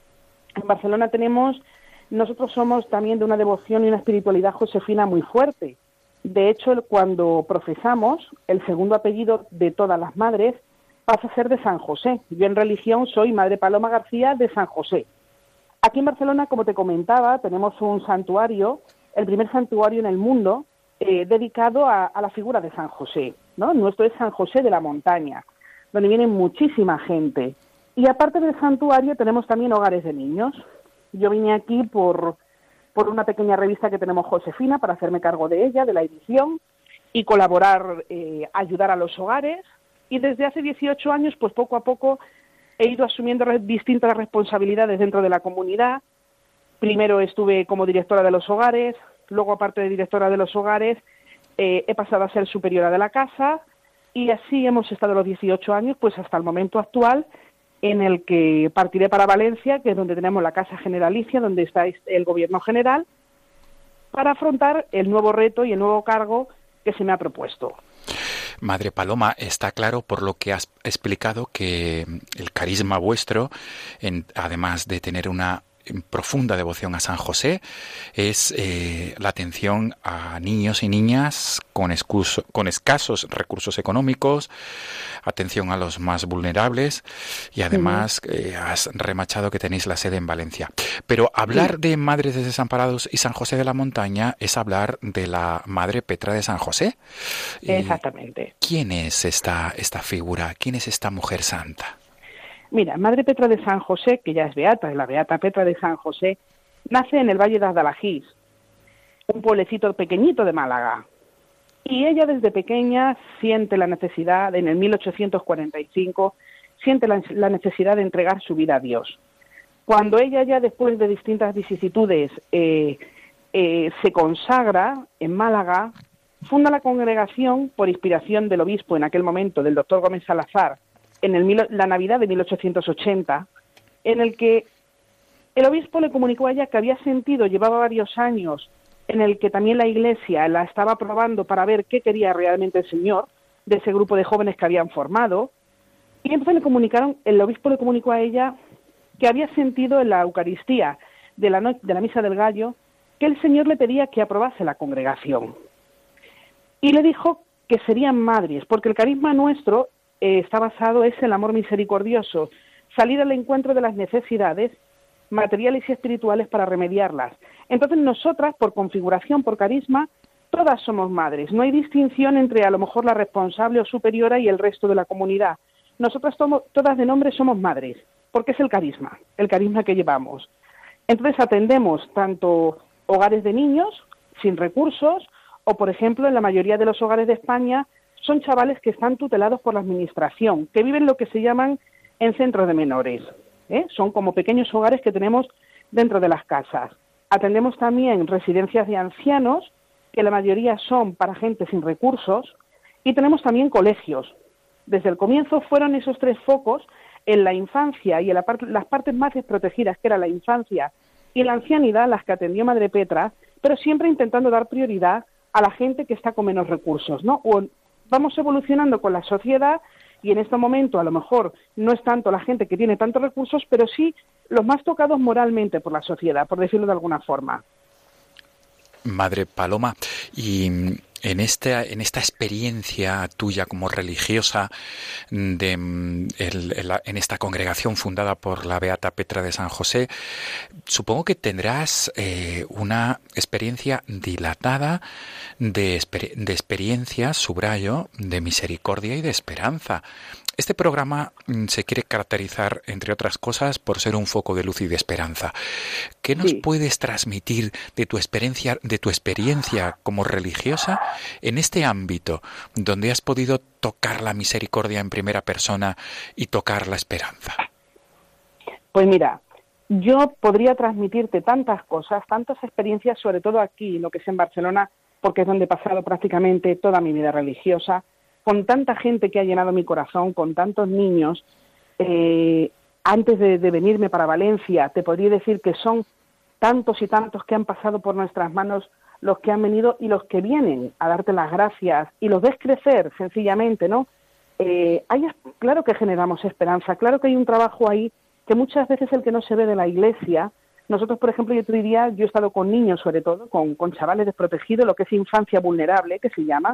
En Barcelona nosotros somos también de una devoción y una espiritualidad josefina muy fuerte. De hecho, cuando profesamos, el segundo apellido de todas las madres pasa a ser de San José. Yo en religión soy Madre Paloma García de San José. Aquí en Barcelona, como te comentaba, tenemos un santuario, el primer santuario en el mundo, dedicado a la figura de San José, ¿no? Nuestro es San José de la Montaña, donde viene muchísima gente. Y aparte del santuario tenemos también hogares de niños. Yo vine aquí por una pequeña revista que tenemos Josefina, para hacerme cargo de ella, de la edición, y colaborar, ayudar a los hogares. Y desde hace 18 años, pues poco a poco he ido asumiendo distintas responsabilidades dentro de la comunidad. Primero estuve como directora de los hogares, luego, aparte de directora de los hogares, he pasado a ser superiora de la casa, y así hemos estado los 18 años, pues hasta el momento actual, en el que partiré para Valencia, que es donde tenemos la Casa Generalicia, donde está el Gobierno General, para afrontar el nuevo reto y el nuevo cargo que se me ha propuesto. Madre Paloma, está claro por lo que has explicado que el carisma vuestro, además de tener una profunda devoción a San José, es la atención a niños y niñas con escasos recursos económicos, atención a los más vulnerables, y además has remachado que tenéis la sede en Valencia. Pero hablar de Madres de Desamparados y San José de la Montaña es hablar de la Madre Petra de San José. Exactamente. ¿Quién es esta figura? ¿Quién es esta mujer santa? Mira, Madre Petra de San José, que ya es beata, la beata Petra de San José, nace en el Valle de Adalagís, un pueblecito pequeñito de Málaga. Y ella desde pequeña siente la necesidad, en el 1845, siente la necesidad de entregar su vida a Dios. Cuando ella ya después de distintas vicisitudes se consagra en Málaga, funda la congregación por inspiración del obispo en aquel momento, del doctor Gómez Salazar, en la Navidad de 1880, en el que el obispo le comunicó a ella que había sentido, llevaba varios años, en el que también la Iglesia la estaba probando para ver qué quería realmente el Señor, de ese grupo de jóvenes que habían formado, y entonces el obispo le comunicó a ella que había sentido en la Eucaristía de la Misa del Gallo que el Señor le pedía que aprobase la congregación. Y le dijo que serían madres, porque el carisma nuestro está basado en el amor misericordioso, salir al encuentro de las necesidades materiales y espirituales para remediarlas. Entonces nosotras, por configuración, por carisma, todas somos madres. No hay distinción entre a lo mejor la responsable o superiora y el resto de la comunidad. Nosotras todas de nombre somos madres, porque es el carisma que llevamos. Entonces atendemos tanto hogares de niños sin recursos, o por ejemplo en la mayoría de los hogares de España son chavales que están tutelados por la administración, que viven lo que se llaman en centros de menores. Son como pequeños hogares que tenemos dentro de las casas. Atendemos también residencias de ancianos, que la mayoría son para gente sin recursos, y tenemos también colegios. Desde el comienzo fueron esos 3 focos en la infancia y en las partes más desprotegidas, que era la infancia y la ancianidad, las que atendió Madre Petra, pero siempre intentando dar prioridad a la gente que está con menos recursos, ¿no? Vamos evolucionando con la sociedad y en este momento a lo mejor no es tanto la gente que tiene tantos recursos, pero sí los más tocados moralmente por la sociedad, por decirlo de alguna forma. Madre Paloma, y en esta experiencia tuya como religiosa en esta congregación fundada por la Beata Petra de San José, supongo que tendrás una experiencia dilatada de experiencia, subrayo, de misericordia y de esperanza. Este programa se quiere caracterizar, entre otras cosas, por ser un foco de luz y de esperanza. ¿Qué nos puedes transmitir de tu experiencia como religiosa en este ámbito donde has podido tocar la misericordia en primera persona y tocar la esperanza? Pues mira, yo podría transmitirte tantas cosas, tantas experiencias, sobre todo aquí, lo que es en Barcelona, porque es donde he pasado prácticamente toda mi vida religiosa, con tanta gente que ha llenado mi corazón, con tantos niños. Antes de venirme para Valencia, te podría decir que son tantos y tantos que han pasado por nuestras manos, los que han venido y los que vienen a darte las gracias, y los ves crecer sencillamente, ¿no? Claro que generamos esperanza, claro que hay un trabajo ahí que muchas veces el que no se ve de la Iglesia. Nosotros, por ejemplo, yo te diría, yo he estado con niños, sobre todo, con chavales desprotegidos, lo que es infancia vulnerable, que se llama,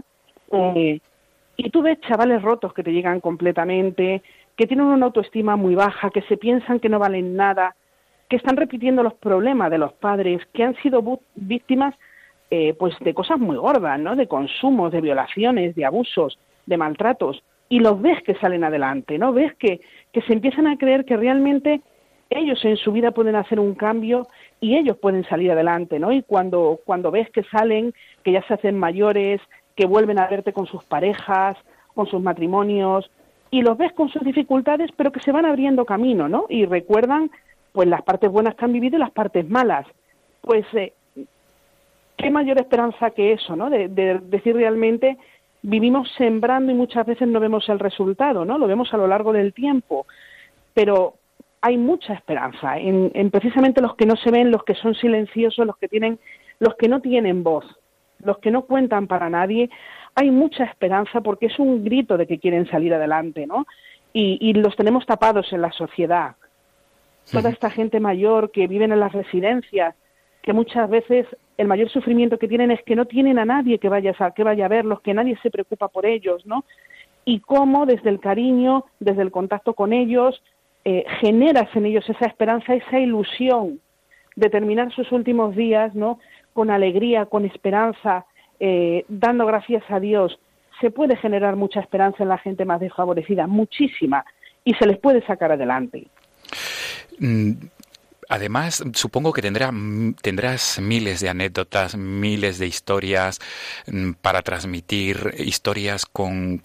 y tú ves chavales rotos que te llegan completamente, que tienen una autoestima muy baja, que se piensan que no valen nada, que están repitiendo los problemas de los padres, que han sido víctimas pues de cosas muy gordas, ¿no? De consumos, de violaciones, de abusos, de maltratos, y los ves que salen adelante, ¿no? Ves que se empiezan a creer que realmente ellos en su vida pueden hacer un cambio y ellos pueden salir adelante, ¿no? Y cuando ves que salen, que ya se hacen mayores, que vuelven a verte con sus parejas, con sus matrimonios, y los ves con sus dificultades, pero que se van abriendo camino, ¿no? Y recuerdan, pues, las partes buenas que han vivido y las partes malas. Pues, qué mayor esperanza que eso, ¿no? De decir realmente, vivimos sembrando y muchas veces no vemos el resultado, ¿no? Lo vemos a lo largo del tiempo, pero hay mucha esperanza en precisamente los que no se ven, los que son silenciosos, los que no tienen voz, los que no cuentan para nadie. Hay mucha esperanza porque es un grito de que quieren salir adelante, ¿no? Y los tenemos tapados en la sociedad. Toda esta gente mayor que viven en las residencias, que muchas veces el mayor sufrimiento que tienen es que no tienen a nadie que vaya a verlos, que nadie se preocupa por ellos, ¿no? Y cómo desde el cariño, desde el contacto con ellos, generas en ellos esa esperanza, esa ilusión de terminar sus últimos días, ¿no? Con alegría, con esperanza, dando gracias a Dios. Se puede generar mucha esperanza en la gente más desfavorecida, muchísima, y se les puede sacar adelante. Además, supongo que tendrás miles de anécdotas, miles de historias para transmitir, historias con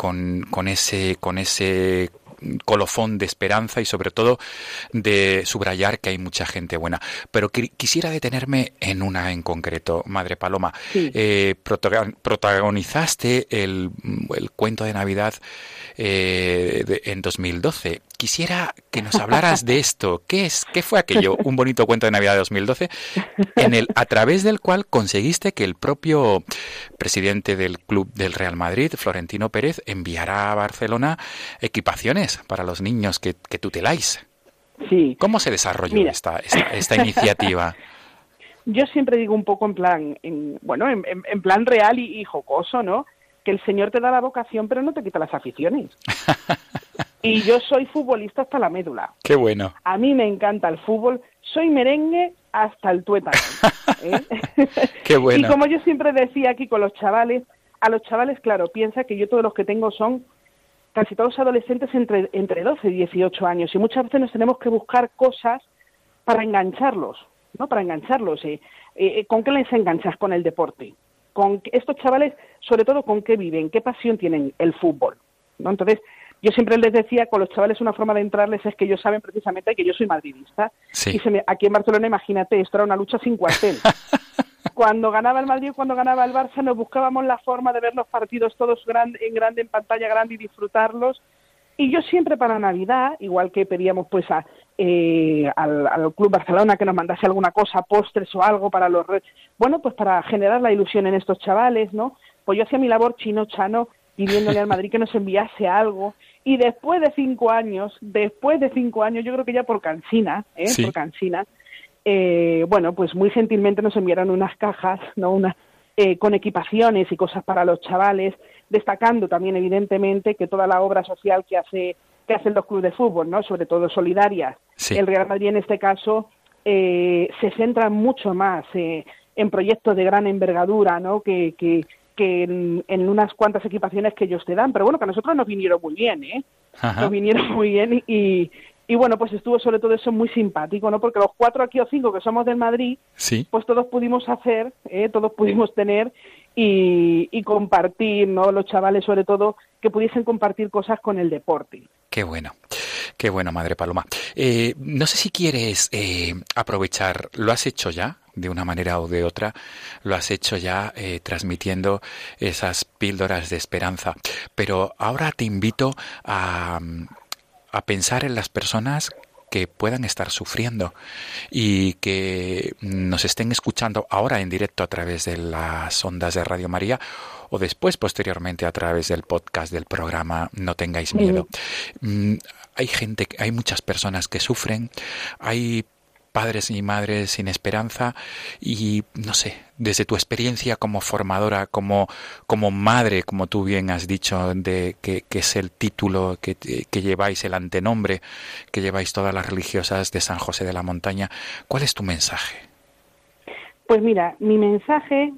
ese colofón de esperanza y sobre todo de subrayar que hay mucha gente buena. Pero quisiera detenerme en una en concreto, Madre Paloma. Sí. Protagonizaste el cuento de Navidad en 2012. Quisiera que nos hablaras de esto. ¿Qué fue aquello? Un bonito cuento de Navidad de 2012 a través del cual conseguiste que el propio presidente del club del Real Madrid, Florentino Pérez, enviara a Barcelona equipaciones para los niños que tuteláis. Sí. ¿Cómo se desarrolló esta iniciativa? yo siempre digo un poco en plan, en plan real y jocoso, ¿no? Que el Señor te da la vocación, pero no te quita las aficiones. Y yo soy futbolista hasta la médula. ¡Qué bueno! A mí me encanta el fútbol, soy merengue hasta el tuétano. ¡Qué bueno! Y como yo siempre decía aquí con los chavales, a los chavales, claro, piensa que yo todos los que tengo son casi todos adolescentes entre 12 y 18 años, y muchas veces nos tenemos que buscar cosas para engancharlos, ¿no? Para engancharlos. ¿Con qué les enganchas? Con el deporte. Con estos chavales, sobre todo, ¿con qué viven? ¿Qué pasión tienen el fútbol? ¿No? Entonces, yo siempre les decía, con los chavales una forma de entrarles es que ellos saben precisamente que yo soy madridista. Sí. Y aquí en Barcelona, imagínate, esto era una lucha sin cuartel. Cuando ganaba el Madrid, cuando ganaba el Barça, nos buscábamos la forma de ver los partidos todos en grande, en pantalla grande y disfrutarlos. Y yo siempre para Navidad, igual que pedíamos pues al Club Barcelona que nos mandase alguna cosa, postres o algo para los bueno, pues para generar la ilusión en estos chavales, ¿no? Pues yo hacía mi labor chino-chano pidiéndole al Madrid que nos enviase algo. Y después de 5 años, yo creo que ya por cansina, Sí. Por cansina, bueno, pues muy gentilmente nos enviaron unas cajas, ¿no? Con equipaciones y cosas para los chavales, destacando también evidentemente que toda la obra social que hacen los clubes de fútbol, ¿no? Sobre todo solidarias. Sí. El Real Madrid en este caso se centra mucho más en proyectos de gran envergadura, ¿no? que en unas cuantas equipaciones que ellos te dan, pero bueno, que a nosotros nos vinieron muy bien, Ajá. Nos vinieron muy bien y bueno, pues estuvo sobre todo eso muy simpático, ¿no? Porque los 4 aquí o 5 que somos del Madrid, Sí. pues todos pudimos todos pudimos tener y compartir, ¿no? Los chavales sobre todo que pudiesen compartir cosas con el deporte. Qué bueno, Madre Paloma. No sé si quieres aprovechar, lo has hecho ya, de una manera o de otra, lo has hecho ya transmitiendo esas píldoras de esperanza, pero ahora te invito a pensar en las personas que puedan estar sufriendo y que nos estén escuchando ahora en directo a través de las ondas de Radio María o después, posteriormente, a través del podcast del programa No tengáis miedo. Hay muchas personas que sufren, hay padres y madres sin esperanza y, no sé, desde tu experiencia como formadora, como madre, como tú bien has dicho, de que es el título que lleváis, el antenombre que lleváis todas las religiosas de San José de la Montaña, ¿cuál es tu mensaje? Pues mira, mi mensaje,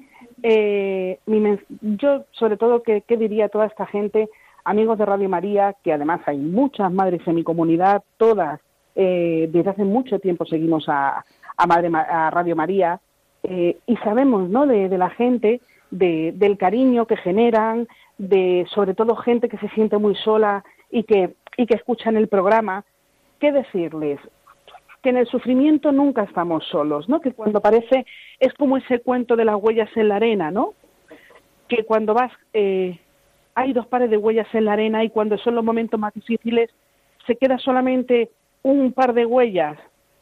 yo sobre todo, ¿qué diría a toda esta gente, amigos de Radio María, que además hay muchas madres en mi comunidad, todas, desde hace mucho tiempo seguimos a Radio María, y sabemos, ¿no?, de la gente, del cariño que generan, de sobre todo gente que se siente muy sola y que escuchan el programa. ¿Qué decirles? Que en el sufrimiento nunca estamos solos, ¿no? Que cuando parece, es como ese cuento de las huellas en la arena, ¿no? Que cuando vas, hay 2 pares de huellas en la arena y cuando son los momentos más difíciles se queda solamente un par de huellas,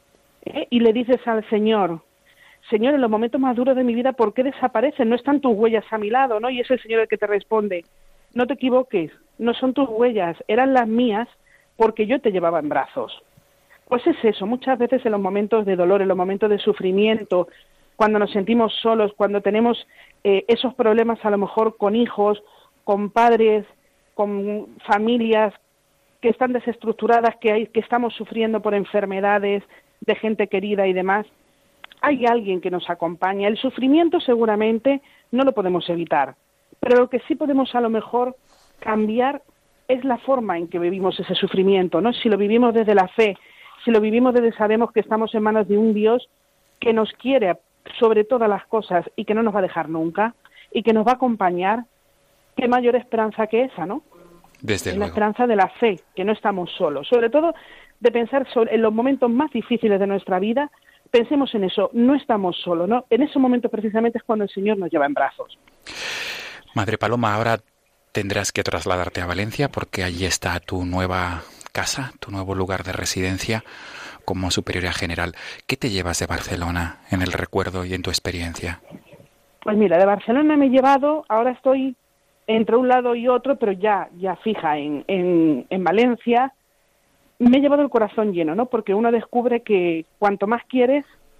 y le dices al Señor, Señor, en los momentos más duros de mi vida, ¿por qué desaparecen? No están tus huellas a mi lado, ¿no? Y es el Señor el que te responde, no te equivoques, no son tus huellas, eran las mías porque yo te llevaba en brazos. Pues es eso, muchas veces en los momentos de dolor, en los momentos de sufrimiento, cuando nos sentimos solos, cuando tenemos esos problemas a lo mejor con hijos, con padres, con familias que están desestructuradas, que estamos sufriendo por enfermedades de gente querida y demás, hay alguien que nos acompaña. El sufrimiento seguramente no lo podemos evitar, pero lo que sí podemos a lo mejor cambiar es la forma en que vivimos ese sufrimiento, ¿no? Si lo vivimos desde la fe, si lo vivimos desde sabemos que estamos en manos de un Dios que nos quiere sobre todas las cosas y que no nos va a dejar nunca y que nos va a acompañar, qué mayor esperanza que esa, ¿no? Desde la esperanza de la fe, que no estamos solos. Sobre todo de pensar en los momentos más difíciles de nuestra vida, pensemos en eso, no estamos solos, ¿no? En ese momento precisamente es cuando el Señor nos lleva en brazos. Madre Paloma, ahora tendrás que trasladarte a Valencia porque allí está tu nueva casa, tu nuevo lugar de residencia como superiora general. ¿Qué te llevas de Barcelona en el recuerdo y en tu experiencia? Pues mira, de Barcelona me he llevado, ahora estoy entre un lado y otro, pero ya fija en Valencia. Me he llevado el corazón lleno, ¿no? Porque uno descubre que cuanto más quieres,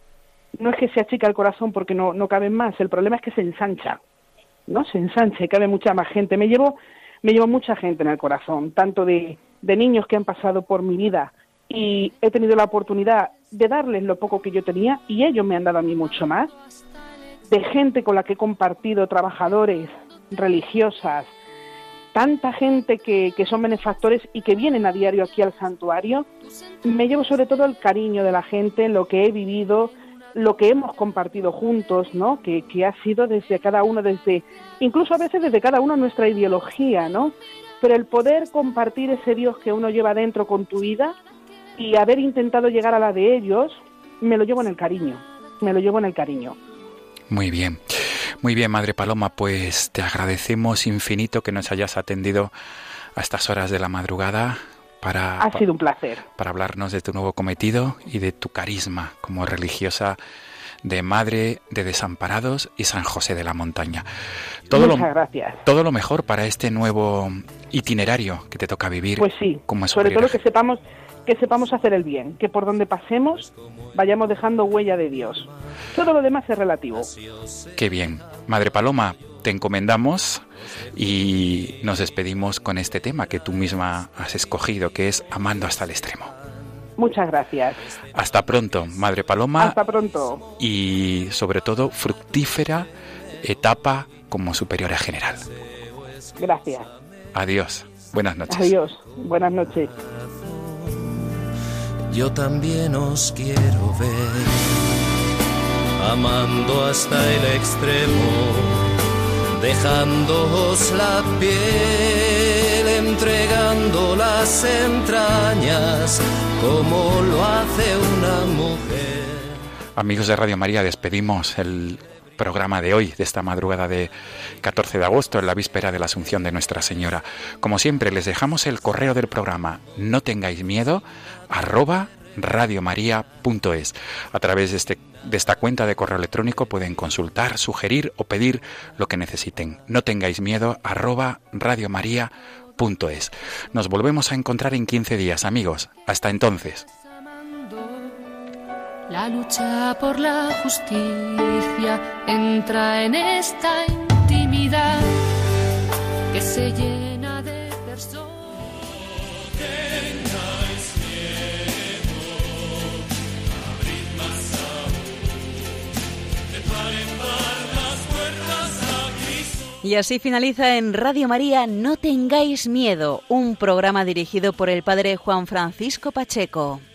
no es que se achica el corazón porque no caben más, el problema es que se ensancha, ¿no? Se ensancha y cabe mucha más gente. Me llevo mucha gente en el corazón, tanto de niños que han pasado por mi vida y he tenido la oportunidad de darles lo poco que yo tenía y ellos me han dado a mí mucho más, de gente con la que he compartido, trabajadores, religiosas, tanta gente que son benefactores y que vienen a diario aquí al santuario. Me llevo sobre todo el cariño de la gente, lo que he vivido, lo que hemos compartido juntos, ¿no? Que ha sido desde cada uno, incluso a veces desde cada uno nuestra ideología, ¿no? Pero el poder compartir ese Dios que uno lleva dentro con tu vida y haber intentado llegar a la de ellos, me lo llevo en el cariño. Muy bien, Madre Paloma, pues te agradecemos infinito que nos hayas atendido a estas horas de la madrugada ha sido un placer. Para hablarnos de tu nuevo cometido y de tu carisma como religiosa de Madre de Desamparados y San José de la Montaña. Muchas gracias. Todo lo mejor para este nuevo itinerario que te toca vivir. Pues sí, como sobre todo que sepamos hacer el bien, que por donde pasemos vayamos dejando huella de Dios. Todo lo demás es relativo. Qué bien. Madre Paloma, te encomendamos y nos despedimos con este tema que tú misma has escogido, que es Amando hasta el extremo. Muchas gracias. Hasta pronto, Madre Paloma. Hasta pronto. Y sobre todo, fructífera etapa como superiora general. Gracias. Adiós. Buenas noches. Adiós. Buenas noches. Yo también os quiero ver, amando hasta el extremo, dejándoos la piel, entregando las entrañas, como lo hace una mujer. Amigos de Radio María, despedimos el programa de hoy, de esta madrugada de 14 de agosto, en la víspera de la Asunción de Nuestra Señora. Como siempre, les dejamos el correo del programa, no tengáis miedo, @radiomaria.es. A través de esta cuenta de correo electrónico pueden consultar, sugerir o pedir lo que necesiten. No tengáis miedo, @radiomaria.es. Nos volvemos a encontrar en 15 días, amigos. Hasta entonces. La lucha por la justicia entra en esta intimidad que se llena de personas. No tengáis miedo, abrid más aún, de par en par las puertas a Cristo. Y así finaliza en Radio María No tengáis miedo, un programa dirigido por el padre Juan Francisco Pacheco.